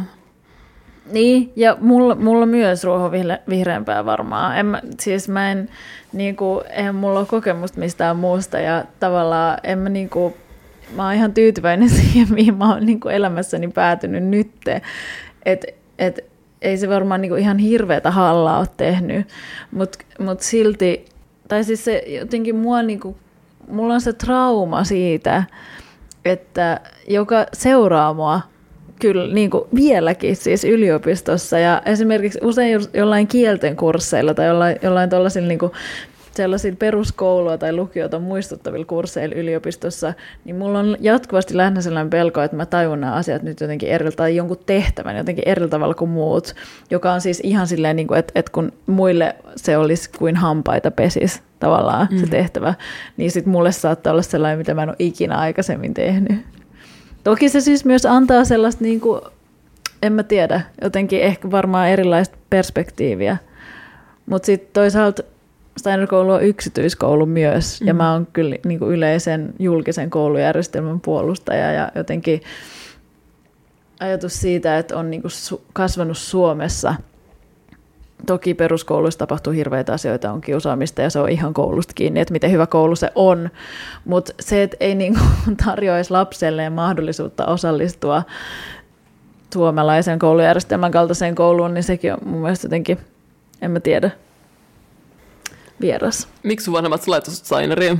Niin, ja mulla, mulla myös ruoho vihreämpää varmaan. En mä, siis mä en, niinku, eihän mulla ole kokemusta mistään muusta, ja tavallaan en mä niinku, mä oon ihan tyytyväinen siihen, mihin mä oon niinku elämässäni päätynyt nyt. Että et, ei se varmaan niinku ihan hirveätä hallaa ole tehnyt, mutta mut silti, tai siis se jotenkin mua niinku, mulla on se trauma siitä, että joka seuraa mua kyllä niin kuin vieläkin siis yliopistossa ja esimerkiksi usein jollain kielten kursseilla tai jollain, jollain tuollaisilla niin kuin sellaisilla peruskoulua tai lukiota muistuttavilla kursseilla yliopistossa, niin mulla on jatkuvasti lähinnä sellainen pelko, että mä tajun nämä asiat nyt jotenkin eri tai jonkun tehtävän jotenkin eri tavalla kuin muut, joka on siis ihan silleen, niin kuin, että, että kun muille se olisi kuin hampaita pesis tavallaan mm. se tehtävä, niin sitten mulle saattaa olla sellainen, mitä mä en ole ikinä aikaisemmin tehnyt. Toki se siis myös antaa sellaista, niin kuin, en mä tiedä, jotenkin ehkä varmaan erilaista perspektiiviä, mutta sitten toisaalta Steiner-koulu on yksityiskoulu myös, mm. ja mä oon kyllä niin kuin yleisen julkisen koulujärjestelmän puolustaja, ja jotenkin ajatus siitä, että on niin kuin kasvanut Suomessa. Toki peruskouluissa tapahtuu hirveitä asioita, on kiusaamista, ja se on ihan koulusta kiinni, että miten hyvä koulu se on, mutta se, että ei niin kuin tarjoaisi lapselleen mahdollisuutta osallistua suomalaisen koulujärjestelmän kaltaiseen kouluun, niin sekin on mun mielestä jotenkin, en mä tiedä, vieras. Miksi sun vanhemmat laittoi Steineriin?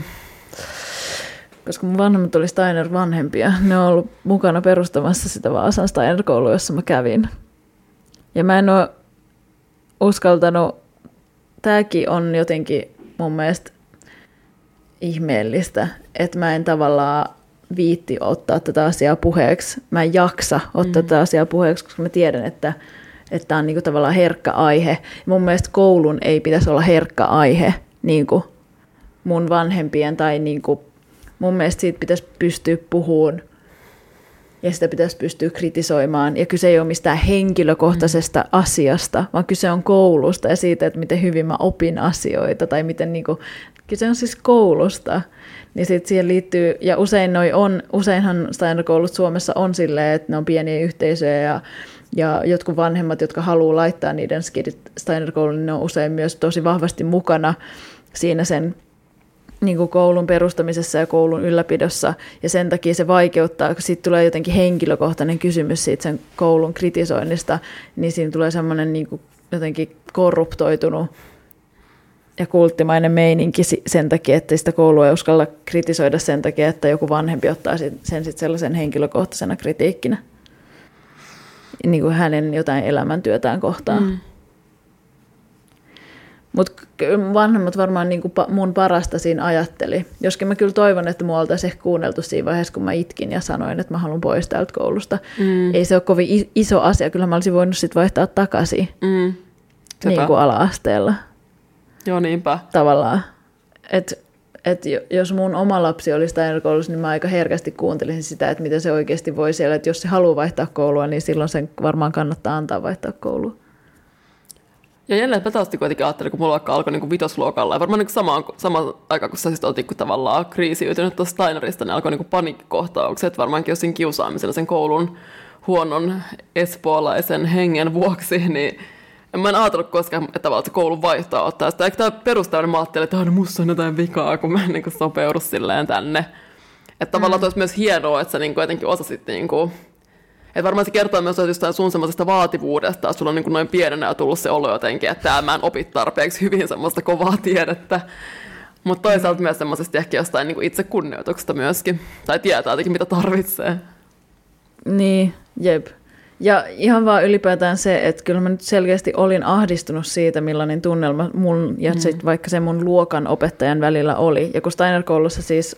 Koska mun vanhemmat oli Steiner vanhempia. Ne on ollut mukana perustamassa sitä Vaasan Steiner-koulua, jossa mä kävin. Ja mä en ole uskaltanut, tämäkin on jotenkin mun mielestä ihmeellistä, että mä en tavallaan viitti ottaa tätä asiaa puheeksi. Mä en jaksa ottaa mm. tätä asiaa puheeksi, koska mä tiedän, että että tämä on niinku tavallaan herkkä aihe. Mun mielestä koulun ei pitäisi olla herkkä aihe niinku mun vanhempien, tai niinku, mun mielestä siitä pitäisi pystyä puhumaan ja sitä pitäisi pystyä kritisoimaan. Ja kyse ei ole mistään henkilökohtaisesta mm. asiasta, vaan kyse on koulusta ja siitä, että miten hyvin mä opin asioita, tai miten niinku, kyse on siis koulusta. Niin sitten siihen liittyy, ja usein noi on, useinhan Steiner-koulut Suomessa on silleen, että ne on pieniä yhteisöjä, ja Ja jotkut vanhemmat, jotka haluaa laittaa niiden skidit Steiner-kouluun, niin ne on usein myös tosi vahvasti mukana siinä sen niin kuin koulun perustamisessa ja koulun ylläpidossa, ja sen takia se vaikeuttaa, kun siitä tulee jotenkin henkilökohtainen kysymys siitä sen koulun kritisoinnista, niin siinä tulee semmoinen niin kuin jotenkin korruptoitunut ja kulttimainen meininki sen takia, että sitä koulua ei uskalla kritisoida sen takia, että joku vanhempi ottaa sen sitten sellaisen henkilökohtaisena kritiikkinä, niin kuin hänen jotain elämäntyötään kohtaan. Mm. Mutta vanhemmat varmaan niin kuin mun parasta siinä ajatteli. Joskin mä kyllä toivon, että mua oltaisiin ehkä kuunneltu siinä vaiheessa, kun mä itkin ja sanoin, että mä haluan pois täältä koulusta. Mm. Ei se ole kovin iso asia. Kyllä mä olisin voinut sit vaihtaa takaisin mm. niin kuin ala-asteella. Joo, niinpä. Tavallaan. Että et jos mun oma lapsi olisi Steiner-koulussa, niin mä aika herkästi kuuntelisin sitä, että mitä se oikeasti voi siellä. Että jos se haluaa vaihtaa koulua, niin silloin sen varmaan kannattaa antaa vaihtaa koulua. Ja jälleen, että mä taas kuitenkin ajattelin, kun mulla vaikka alkoi niin vitosluokalla, ja varmaan niin sama, sama aika, kun sä siis oltiin tavallaan kriisiytynyt tuosta Steinerista, niin alkoi niin paniikkikohtaukset, varmaankin jos siinä kiusaamisella sen koulun huonon espoolaisen hengen vuoksi, niin en mä en ajatellut koskaan, että tavallaan se koulun vaihtoa ottaa sitä. Eikä tämä perustavallinen, mä ajattelin, että oh, musta on jotain vikaa, kun mä en niin sopeudu silleen tänne. Että tavallaan mm. olisi myös hienoa, että sä niin jotenkin osasit niin kuin, että varmaan se kertoo myös jostain sun semmoisesta vaativuudesta, että sulla on niin kuin noin pienenä tullut se olo jotenkin, että täällä mä en opi tarpeeksi hyvin semmoista kovaa tiedettä. Mutta toisaalta myös semmoisesta ehkä jostain niin kuin itse kunnioituksesta myöskin. Tai tietää jotenkin, mitä tarvitsee. Niin, jep. Ja ihan vaan ylipäätään se, että kyllä mä nyt selkeästi olin ahdistunut siitä, millainen tunnelma mun ja mm. sit vaikka se mun luokan opettajan välillä oli. Ja kun Steiner-koulussa siis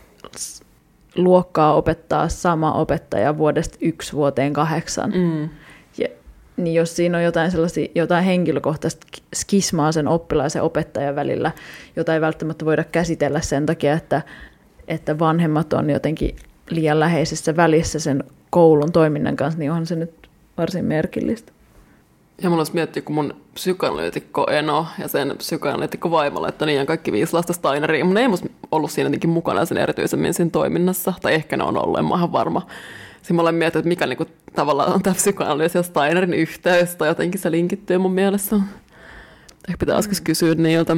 luokkaa opettaa sama opettaja vuodesta yksi vuoteen kahdeksan. Mm. Ja, niin jos siinä on jotain, jotain henkilökohtaista skismaa sen oppilaan ja sen opettajan välillä, jota ei välttämättä voida käsitellä sen takia, että, että vanhemmat on jotenkin liian läheisessä välissä sen koulun toiminnan kanssa, niin onhan se nyt varsin merkillistä. Ja mulla olisi miettiä, kun mun psykoanalyytikko Eno ja sen psykoanalyytikko vaimo laittoi niin kaikki viisi lasta Steineriin, mutta ne ei musta ollut siinä jotenkin mukana sen erityisemmin siinä toiminnassa, tai ehkä ne on ollut, en mä ihan varma. Sitten mä olen miettinyt, että mikä niinku, tavallaan on tämä psykoanalyysi ja Steinerin yhteys, tai jotenkin se linkittyy mun mielessä. Ehkä pitää joskus kysyä niiltä.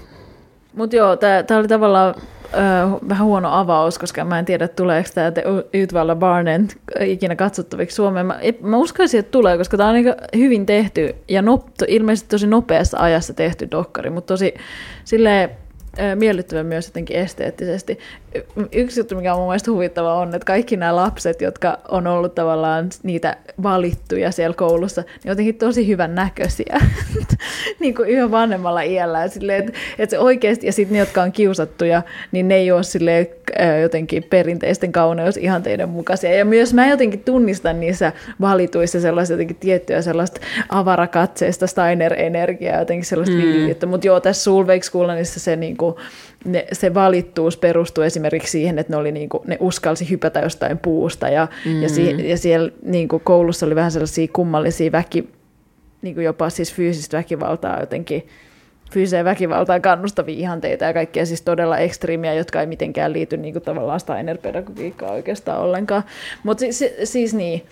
Mutta joo, tämä oli tavallaan ö, vähän huono avaus, koska mä en tiedä, tuleeko tämä Yhdvallan Barnen ikinä katsottaviksi Suomeen. Mä, mä uskoisin, että tulee, koska tämä on aika hyvin tehty ja no, ilmeisesti tosi nopeassa ajassa tehty dokkari, mutta tosi silleen miellyttävä myös jotenkin esteettisesti. Yksi juttu, mikä on mun mielestä huvittava on, että kaikki nämä lapset, jotka on ollut tavallaan niitä valittuja siellä koulussa, niin jotenkin tosi hyvän näköisiä. Niin kuin yhä vanhemmalla iällä. Silleen, että, että se oikeasti, ja sitten ne, jotka on kiusattuja, niin ne ei ole silleen, jotenkin perinteisten kauneusihanteiden mukaisia. Ja myös mä jotenkin tunnistan niissä valituissa sellaista jotenkin tiettyä sellaista avarakatseista Steiner-energiaa, jotenkin sellaista mm. viihdettä. Mutta joo, tässä Solveig-Skolanissa se niin Ne, se valittuus perustui esimerkiksi siihen, että ne, oli niinku, ne uskalsi hypätä jostain puusta ja, mm. ja, si, ja siellä niinku, koulussa oli vähän sellaisia kummallisia väki, niinku jopa siis fyysistä väkivaltaa jotenkin, fyysiseen väkivaltaan kannustavia ihanteita ja kaikkea siis todella ekstriimiä, jotka ei mitenkään liity niinku, tavallaan Steiner-pedagogiikkaan oikeastaan ollenkaan. Mutta si, si, siis niin,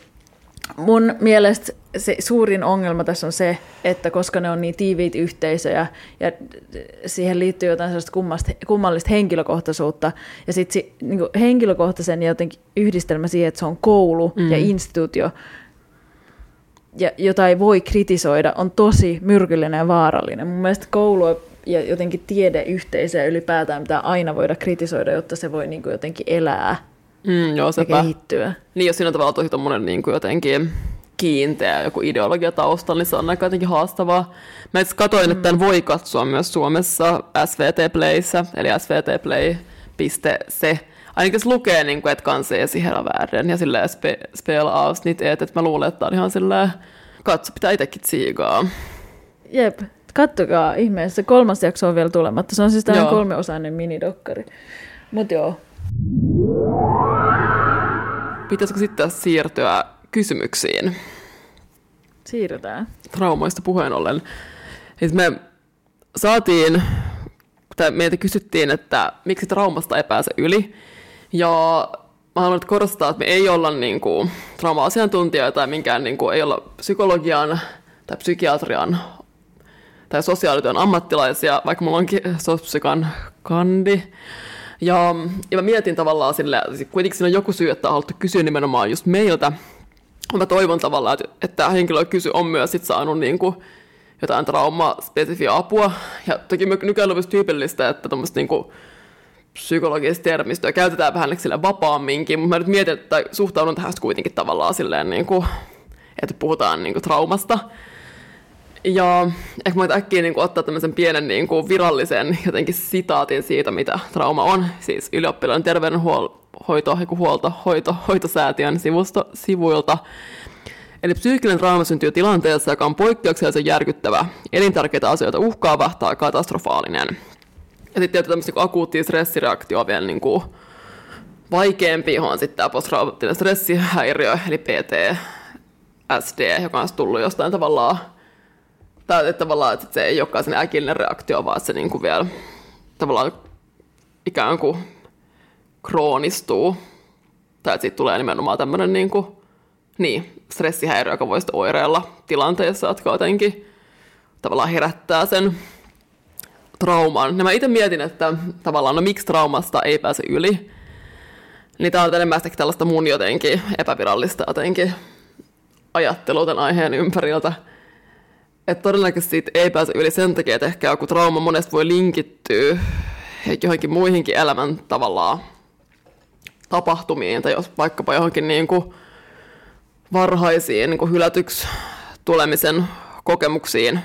mun mielestä se suurin ongelma tässä on se, että koska ne on niin tiiviitä yhteisöjä ja siihen liittyy jotain sellaista kummallista henkilökohtaisuutta ja sitten niin henkilökohtaisen ja jotenkin yhdistelmä siihen, että se on koulu mm. ja instituutio, ja, jota ei voi kritisoida, on tosi myrkyllinen ja vaarallinen. Mun mielestä koulua ja jotenkin tiedeyhteisöä ylipäätään pitää aina voida kritisoida, jotta se voi niin kuin jotenkin elää mm, joo, ja kehittyä. Niin, jos siinä on tavallaan tosi tommoinen niin kuin jotenkin kiinteä joku ideologia taustalla, niin se on aika jotenkin haastavaa. Mä itse katsoin, mm. että tämän voi katsoa myös Suomessa S V T Playssä, eli s v t play piste c. Ainakin se lukee, niin kuin, että kanseesi hela värden ja silleen spe, spela avsnitt, että mä luulen, että on ihan silleen, katso, pitää itsekin tsiigaa. Jep, kattokaa ihmeessä. Kolmas jakso on vielä tulematta. Se on siis tämmöinen kolmeosainen minidokkari. Mut joo. Pitäisikö sitten siirtyä kysymyksiin? Siirrytään. Traumoista puheen ollen. Me saatiin, tai meiltä kysyttiin, että miksi traumasta ei pääse yli. Ja mä haluan korostaa, että me ei olla niin kuin trauma-asiantuntijoita tai minkään, niin kuin, ei olla psykologian tai psykiatrian tai sosiaalityön ammattilaisia, vaikka mulla onkin sospsykan kandi. Ja, ja mä mietin tavallaan silleen, että kuitenkin siinä on joku syy, että on haluttu kysyä nimenomaan just meiltä. Mä toivon tavallaan, että, että tämä henkilö kysy on myös sit saanut niin kuin jotain traumaspesifiä apua. Ja toki nykyään on myös tyypillistä, että tuommoista niin kuin psykologista termistöä käytetään vähän sille vapaamminkin, mutta mä nyt mietin, että suhtaudun tähän kuitenkin tavallaan silleen, niin kuin, että puhutaan niin kuin traumasta. Ja ehkä mä äkkiä niin kuin ottaa tämmöisen pienen niin kuin virallisen jotenkin sitaatin siitä, mitä trauma on, siis Ylioppilaiden terveydenhoito, huolto, hoito, hoitosäätiön sivusto, sivuilta. Eli psyykkinen trauma syntyy tilanteessa, joka on poikkeuksellisen järkyttävä, elintärkeitä asioita uhkaava tai katastrofaalinen. Ja sitten tietysti tämmöistä niin akuuttia stressireaktioa vielä niin kuin vaikeampi, johon on sitten tämä posttraumaattinen stressihäiriö, eli P T S D, joka on tullut jostain tavallaan, tai että tavallaan, että se ei olekaan sellainen äkillinen reaktio, vaan se niin kuin vielä tavallaan ikään kuin kroonistuu. Tai että siitä tulee nimenomaan tämmöinen niin kuin, niin, stressihäiriö, joka voi sitten oireilla tilanteessa, jotka jotenkin tavallaan herättää sen trauman. Ja mä itse mietin, että tavallaan, no miksi traumasta ei pääse yli. Niin tää on enemmän tällaista mun jotenkin epävirallista jotenkin ajattelua tämän aiheen ympäriltä. Että todennäköisesti siitä ei pääse yli sen takia, että ehkä joku trauma monesti voi linkittyä johonkin muihinkin elämän tavallaan tapahtumiin, tai jos vaikkapa johonkin niin kuin varhaisiin niin kuin hylätyksi tulemisen kokemuksiin.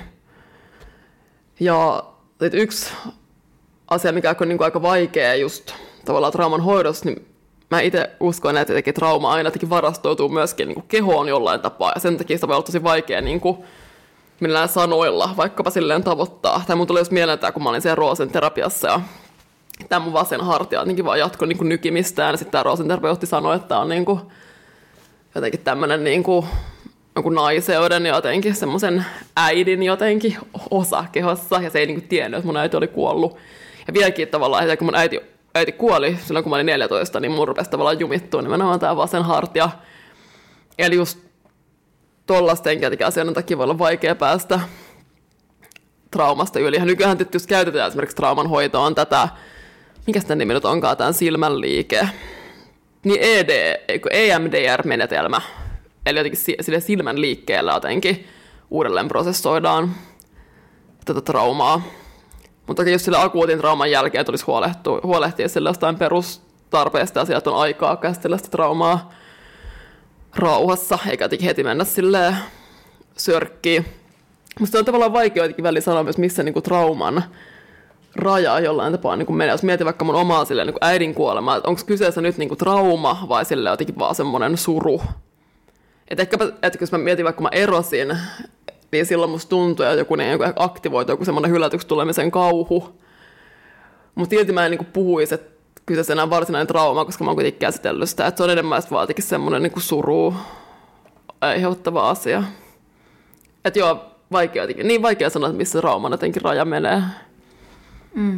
Ja yksi asia, mikä on niin kuin aika vaikea just tavallaan trauman hoidossa, niin mä itse uskon, että jotenkin trauma aina jotenkin varastoituu myöskin niin kuin kehoon jollain tapaa, ja sen takia sitä voi olla tosi vaikea niin kuin millään sanoilla vaikkapa silleen tavoittaa. Tai mun tuli just mieleen tämä, kun mä olin siellä Roosen terapiassa, ja tämä mun vasen hartia jotenkin vaan jatkoi niin kuin nykimistään, ja sitten tämä Roosen terapeutti sanoi, että tämä on niin kuin jotenkin tämmöinen niin kuin jonkun naiseuden ja jotenkin semmoisen äidin jotenkin osa kehossa, ja se ei niin kuin tiennyt, että mun äiti oli kuollut. Ja vieläkin tavallaan, että kun mun äiti, äiti kuoli silloin, kun mä olin neljätoista, niin mun rupesi tavallaan jumittua nimenomaan tämä vasen hartia. Eli just tollaistenkin asioiden takia voi olla vaikea päästä traumasta yli. Ja nykyään tietysti käytetään esimerkiksi trauman hoitoon tätä, mikä sitä nimi nyt onkaan, tämän silmän liike, niin E D, E M D R-menetelmä. Eli jotenkin sille silmän liikkeellä jotenkin uudelleen prosessoidaan tätä traumaa. Mutta jos sille akuutin trauman jälkeen tulisi huolehtia, huolehtia sille jostain perustarpeesta ja sieltä on aikaa käsitellä sitä traumaa rauhassa, eikä jotenkin heti mennä silleen sörkkiin. Musta on tavallaan vaikea jotenkin väliin sanoa myös, missä niinku trauman raja jollain tapaa niin menee. Jos mietin vaikka mun omaa silleen, niin äidin kuolemaa, että onko kyseessä nyt niinku trauma vai silleen jotenkin vaan semmoinen suru. Että ehkäpä, että jos mä mietin vaikka mä erosin, niin silloin musta tuntui, että joku, niin, joku aktivoitu joku semmoinen hylätyksi tulemisen kauhu. Mutta silti mä en niin puhuisi, että kyseessä enää varsinainen trauma, koska mä oon kuitenkin käsitellyt sitä. Että se on enemmän vaan semmoinen niin suru aiheuttava asia. Että joo, vaikea jotenkin, niin vaikea sanoa, että missä trauman jotenkin raja menee. Mm.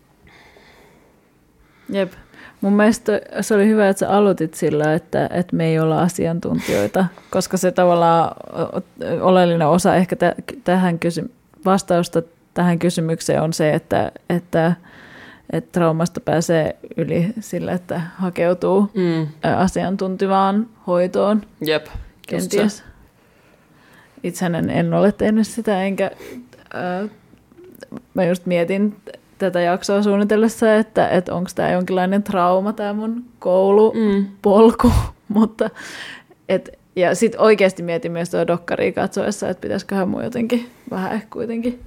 Jep. Mun mielestä se oli hyvä, että sä aloitit sillä, että, että me ei olla asiantuntijoita, koska se tavallaan oleellinen osa ehkä tähän kysy- vastausta tähän kysymykseen on se, että, että, että traumasta pääsee yli sillä, että hakeutuu mm. asiantuntivaan hoitoon. Jep, kenties. Itsehän en ole tehnyt sitä, enkä äh, mä just mietin tätä jaksoa suunnitellessa, että, että onko tämä jonkinlainen trauma, tämä mun koulupolku, mm. mutta et, ja sitten oikeasti mietin myös tuo dokkaria katsoessa, että pitäisiköhän mun jotenkin vähän ehkä kuitenkin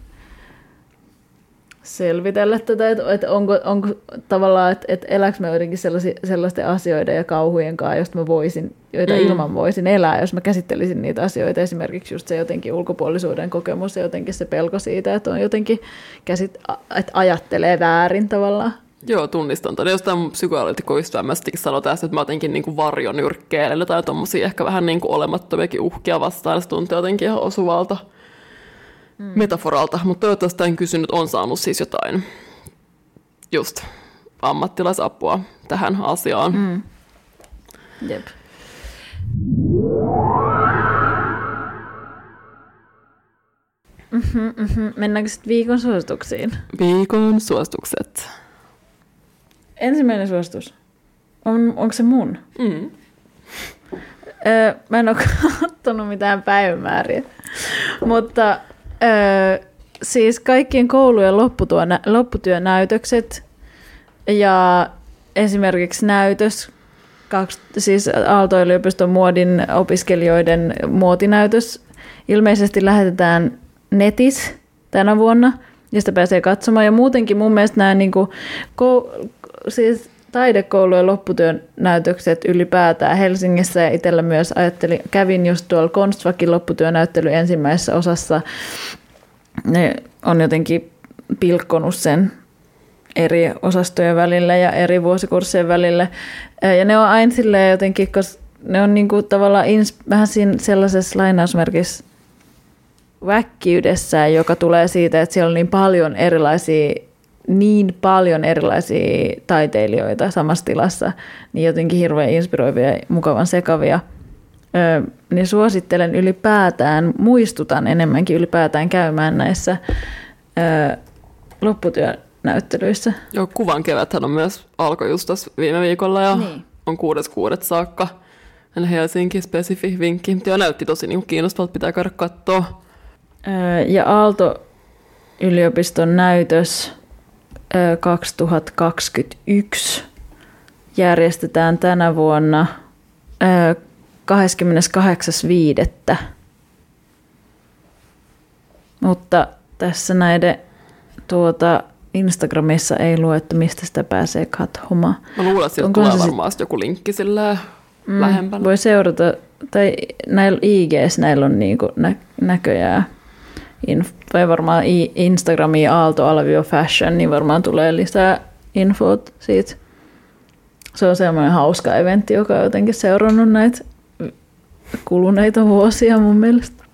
selvitellä tätä, että, että onko, onko tavallaan, että, että elääkö mä jotenkin sellaisten asioiden ja kauhujen kanssa, josta mä voisin, joita mm. ilman voisin elää, jos mä käsittelisin niitä asioita, esimerkiksi just se jotenkin ulkopuolisuuden kokemus ja jotenkin se pelko siitä, että on jotenkin käsit, että ajattelee väärin tavallaan. Joo, tunnistan. Tai jostain psykoanalyytikoista mä sittenkin sanon tässä, että mä jotenkin niin kuin varjonyrkkeilen tai tommosia ehkä vähän niin kuin olemattomiakin uhkia vastaan, se tuntuu jotenkin ihan osuvalta mm. metaforalta, mutta toivottavasti tämän kysynyt on saanut siis jotain just ammattilaisapua tähän asiaan. Mm. Jep. Mm-hmm, mm-hmm. Mennäänkö sitten viikon suosituksiin? Viikon suositukset. ensimmäinen suositus. On, onko se mun? Mm. Öö, mä en ole katsonut mitään päivämääriä. Mutta öö, siis kaikkien koulujen lopputyönäytökset ja esimerkiksi näytös, kaksi, siis Aalto-yliopiston muodin opiskelijoiden muotinäytös ilmeisesti lähetetään netissä tänä vuonna, josta pääsee katsomaan. Ja muutenkin mun mielestä nämä niin kuin, ko- siis taidekoulujen lopputyön näytökset ylipäätään Helsingissä ja itsellä myös ajattelin, kävin just tuolla Konstfakin lopputyönäyttely ensimmäisessä osassa. Ne on jotenkin pilkkonut sen eri osastojen välillä ja eri vuosikurssien välillä. Ja ne on aina silleen jotenkin, koska ne on niinku tavallaan ins, vähän siinä sellaisessa lainausmerkissä väkkiydessään, joka tulee siitä, että siellä on niin paljon erilaisia niin paljon erilaisia taiteilijoita samassa tilassa, niin jotenkin hirveän inspiroivia ja mukavan sekavia. Öö, niin suosittelen ylipäätään, muistutan enemmänkin ylipäätään käymään näissä öö, lopputyönäyttelyissä. Joo, kuvan keväthän on myös alkoi just tässä viime viikolla ja niin. On kuudes kuudet saakka. Helsinki-spesifi vinkki. Työ näytti tosi niin kiinnostavalta, pitää käydä katsoa. Öö, ja Aalto-yliopiston näytös kaksituhattakaksikymmentäyksi järjestetään tänä vuonna kahdeskymmeneskahdeksas viidettä Mutta tässä näiden tuota, Instagramissa ei lue, että mistä sitä pääsee katsomaan. Mä luulen, että sieltä tulee varmaan sit... joku linkki sillä mm, lähempänä. Voi seurata, tai näillä I G:ssä näillä on niinku nä- näköjään. Vai varmaan Instagramiin Aalto Fashion, niin varmaan tulee lisää infot siitä. Se on semmoinen hauska eventti, joka on jotenkin seurannut näitä kuluneita vuosia mun mielestä.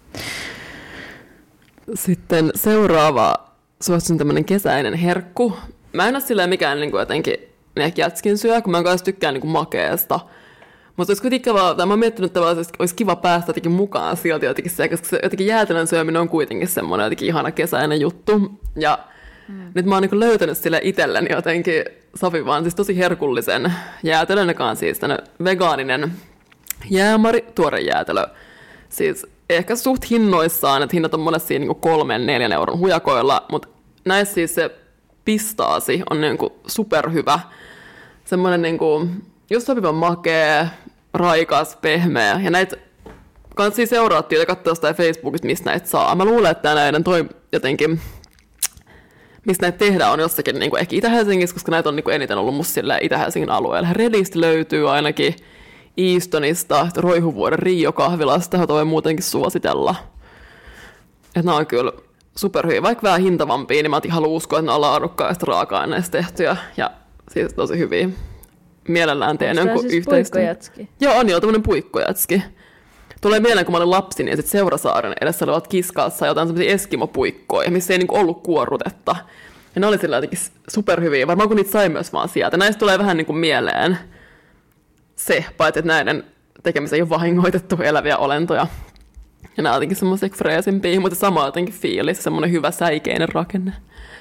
Sitten seuraava suositus on tämmöinen kesäinen herkku. Mä en ole silleen mikään niin kuin jotenkin ehkä jätskin syö, kun mä kanssa tykkään niin kuin makeesta. Mutta olisi kuitenkin kiva, tai mä oon miettinyt tavallaan, että olisi kiva päästä jotenkin mukaan silti jotenkin se, koska se jotenkin jäätelön syöminen on kuitenkin semmoinen jotenkin ihana kesäinen juttu. Ja mm. nyt mä oon niin löytänyt sille itselleni jotenkin sopivaan, siis tosi herkullisen jäätelön, joka on siis vegaaninen jäämari, tuore jäätelö. Siis ehkä suht hinnoissaan, että hinnat on monesti siinä niin kolmen, neljän euron hujakoilla, mutta näissä siis se pistaasi on niin kuin superhyvä. Semmoinen niin kuin just sopivan makea, raikas, pehmeä. Ja näitä kannattaa seurata ja katsoa sitä Facebookista, mistä näitä saa. Mä luulen, että näiden toi jotenkin, mistä näitä tehdään, on jossakin niin kuin ehkä Itä-Helsingissä, koska näitä on niin kuin eniten ollut musta Itä-Helsingin alueella. Redistä löytyy ainakin Eastonista, Roihuvuoden Rio-kahvilasta, jota voi muutenkin suositella. Että nämä on kyllä superhyviä. Vaikka vähän hintavampia, niin mä haluan uskoa, että ne on laadukkaista raaka-aineista tehtyjä ja siis tosi hyviä. Mielellään teen jonkun siis yhteistyön. Joo, on jo tämmöinen puikkojätski. Tulee mieleen, kun mä olin lapsi, niin sitten Seurasaaren edessä olivat Kiskaassa jotain semmoisia eskimopuikkoja, missä ei niinku ollut kuorrutetta. Ja ne oli sillä jotenkin superhyviä, varmaan kun niitä sai myös vaan sieltä. Näistä tulee vähän niinku mieleen se, paitsi että näiden tekemisen ei ole vahingoitettu eläviä olentoja. Ja nämä on jotenkin semmoisia freesimpia, mutta sama jotenkin fiilis, semmoinen hyvä säikeinen rakenne.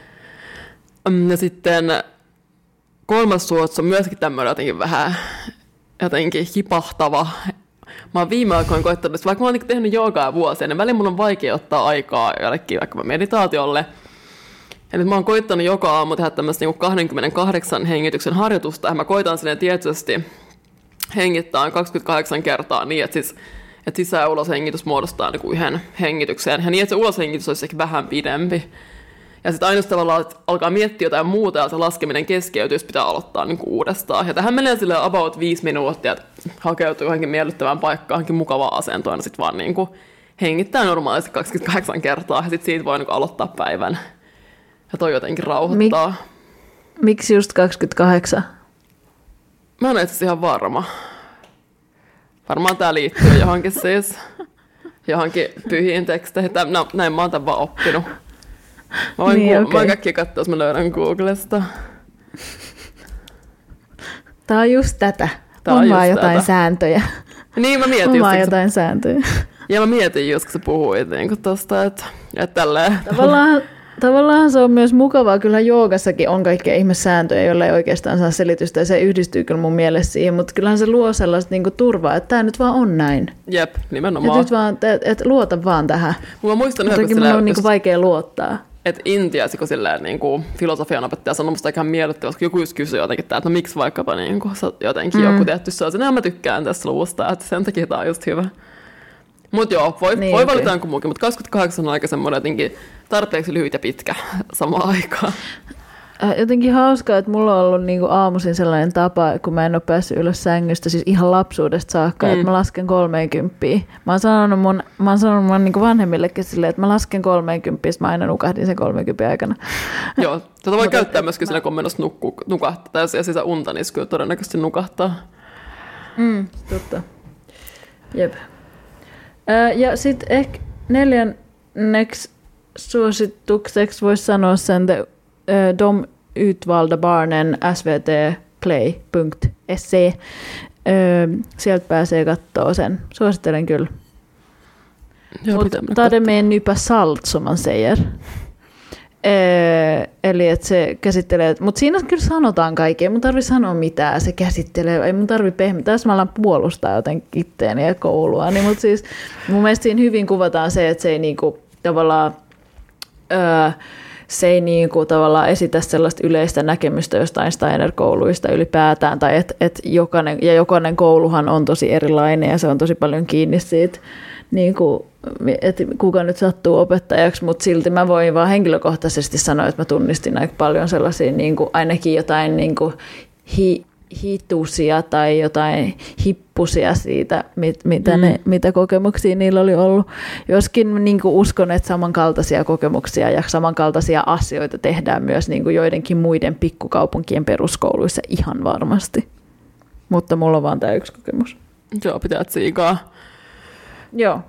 Ja sitten kolmas suositus on myöskin tämmöinen jotenkin vähän jotenkin hipahtava. Mä oon viime aikoina koittanut, että vaikka mä oon tehnyt joogaa vuosia, niin välillä mun on vaikea ottaa aikaa jollekin vaikka meditaatiolle. Ja nyt mä oon koittanut joka aamu tehdä tämmöistä niin kaksikymmentäkahdeksan hengityksen harjoitusta, ja mä koitan sinne tietysti hengittää kaksikymmentäkahdeksan kertaa niin, että, siis, että sisä- ja uloshengitys muodostaa niin kuin yhden hengityksen, ja niin, että se uloshengitys olisi ehkä vähän pidempi. Ja sitten aina tavallaan, että alkaa miettiä jotain muuta, ja se laskeminen keskeytyy, pitää aloittaa niin kuin uudestaan. Ja tähän menee silleen about viisi minuuttia, että hakeutuu johonkin miellyttävään paikkaan, johonkin mukavaan asentoon, ja sitten vaan niin kuin hengittää normaalisti kaksikymmentäkahdeksan kertaa, ja sitten siitä voi niin kuin aloittaa päivän. Ja toi jotenkin rauhoittaa. Mik, miksi just kaksikymmentäkahdeksan? Mä en ole itse ihan varma. Varmaan tää liittyy johonkin siis, johonkin pyhiin teksteihin. No, näin mä oon tämän vaan oppinut. Mä voin, niin, ku- okay. mä voin kaikki katsoa, jos mä löydän Googlesta. Tää on just tätä. Tää on, on vaan jotain tätä. Sääntöjä. Niin, mä mietin on just. vaan jotain sääntöjä. Ja mä mietin just, kun sä puhuit niin tosta, että, että tälleen. Tavallaan tavallaan se on myös mukavaa. Kyllä joogassakin on kaikkea ihmesääntöjä, joilla ei oikeastaan saa selitystä. Ja se yhdistyy kyllä mun mielestä siihen. Mutta kyllähän se luo sellaista niinku turvaa, että tämä nyt vaan on näin. Jep, nimenomaan. Et nyt vaan, et, et luota vaan tähän. Mä muistan yhä, kun sillä on niinku vaikea luottaa. Että Intiassa, kun silleen, niin kuin filosofian opettaja sanoi musta ihan miellyttävää, koska joku just kysyi jotenkin, että no miksi vaikkapa niin kuin, jotenkin mm. joku tehty se on, että mä tykkään tästä luvusta, että sen takia tää on just hyvä. Mutta joo, voi, niin, voi okay. valita jonkun muukin, mutta kaksikymmentäkahdeksan on aika semmoinen jotenkin tarpeeksi lyhyt ja pitkä samaan aikaan. Jotenkin hauskaa, että mulla on ollut niinku aamuisin sellainen tapa, kun mä en ole päässyt ylös sängystä, siis ihan lapsuudesta saakka, mm. että mä lasken kolmeenkymppiin. Mä oon sanonut mun, mä oon sanonut mun niinku vanhemmillekin silleen, että mä lasken kolmeenkymppiin, mä aina nukahdin sen kolmeenkympin aikana. Joo, tätä voi käyttää myöskin siinä, kun menossa nukkuu, nukahtaa, tai jos ei sisä unta, niin kyllä todennäköisesti nukahtaa. Mm, totta. Jep. Ää, ja sitten ehkä neljänneksi suositukseksi voisi sanoa sen, että De utvalda barnen S V T play piste se. Sieltä pääsee katsoa sen. Suosittelen kyllä. Mutta ta det med en nypa salt, som man säger. Eli että se käsittelee, mutta siinä kyllä sanotaan kaikkea, mun tarvitse sanoa mitään, se käsittelee, ei mun tarvitse pehmeä, tässä mä alan puolustaa jotenkin itteeni ja koulua, niin, mutta siis mun mielestä siinä hyvin kuvataan se, että se ei niinku tavallaan, öö, se ei niinku tavallaan esitä sellaista yleistä näkemystä jostain Steiner-kouluista ylipäätään, tai että et jokainen, ja jokainen kouluhan on tosi erilainen ja se on tosi paljon kiinni siitä, niinku, että kuka nyt sattuu opettajaksi, mutta silti mä voin vaan henkilökohtaisesti sanoa, että mä tunnistin aika paljon sellaisia niinku, ainakin jotain niinku, hi, hitusia tai jotain hippusia siitä, mit, mitä, mm. ne, mitä kokemuksia niillä oli ollut. Joskin niinku, uskon, että samankaltaisia kokemuksia ja samankaltaisia asioita tehdään myös niinku, joidenkin muiden pikkukaupunkien peruskouluissa ihan varmasti. Mutta mulla on vaan tämä yksi kokemus. Joo, pitää tsiikaa. Joo.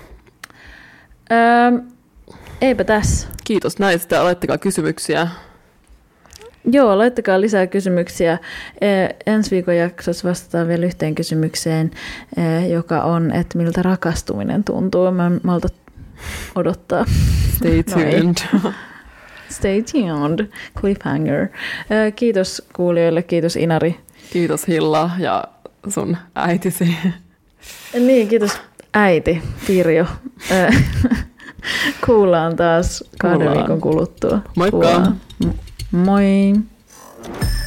Öö, eipä tässä. Kiitos näistä. Laittakaa kysymyksiä. Joo, laittakaa lisää kysymyksiä. Ensi viikon jaksossa vastataan vielä yhteen kysymykseen, joka on, että miltä rakastuminen tuntuu. Mä en malta odottaa. Stay tuned. No Stay tuned. Cliffhanger. Kiitos kuulijoille, kiitos Inari. Kiitos Hilla ja sun äitisi. Niin, kiitos äiti, Pirjo. Kuullaan taas kahden Kuullaan. viikon kuluttua. Moikka! Kuullaan. Moi!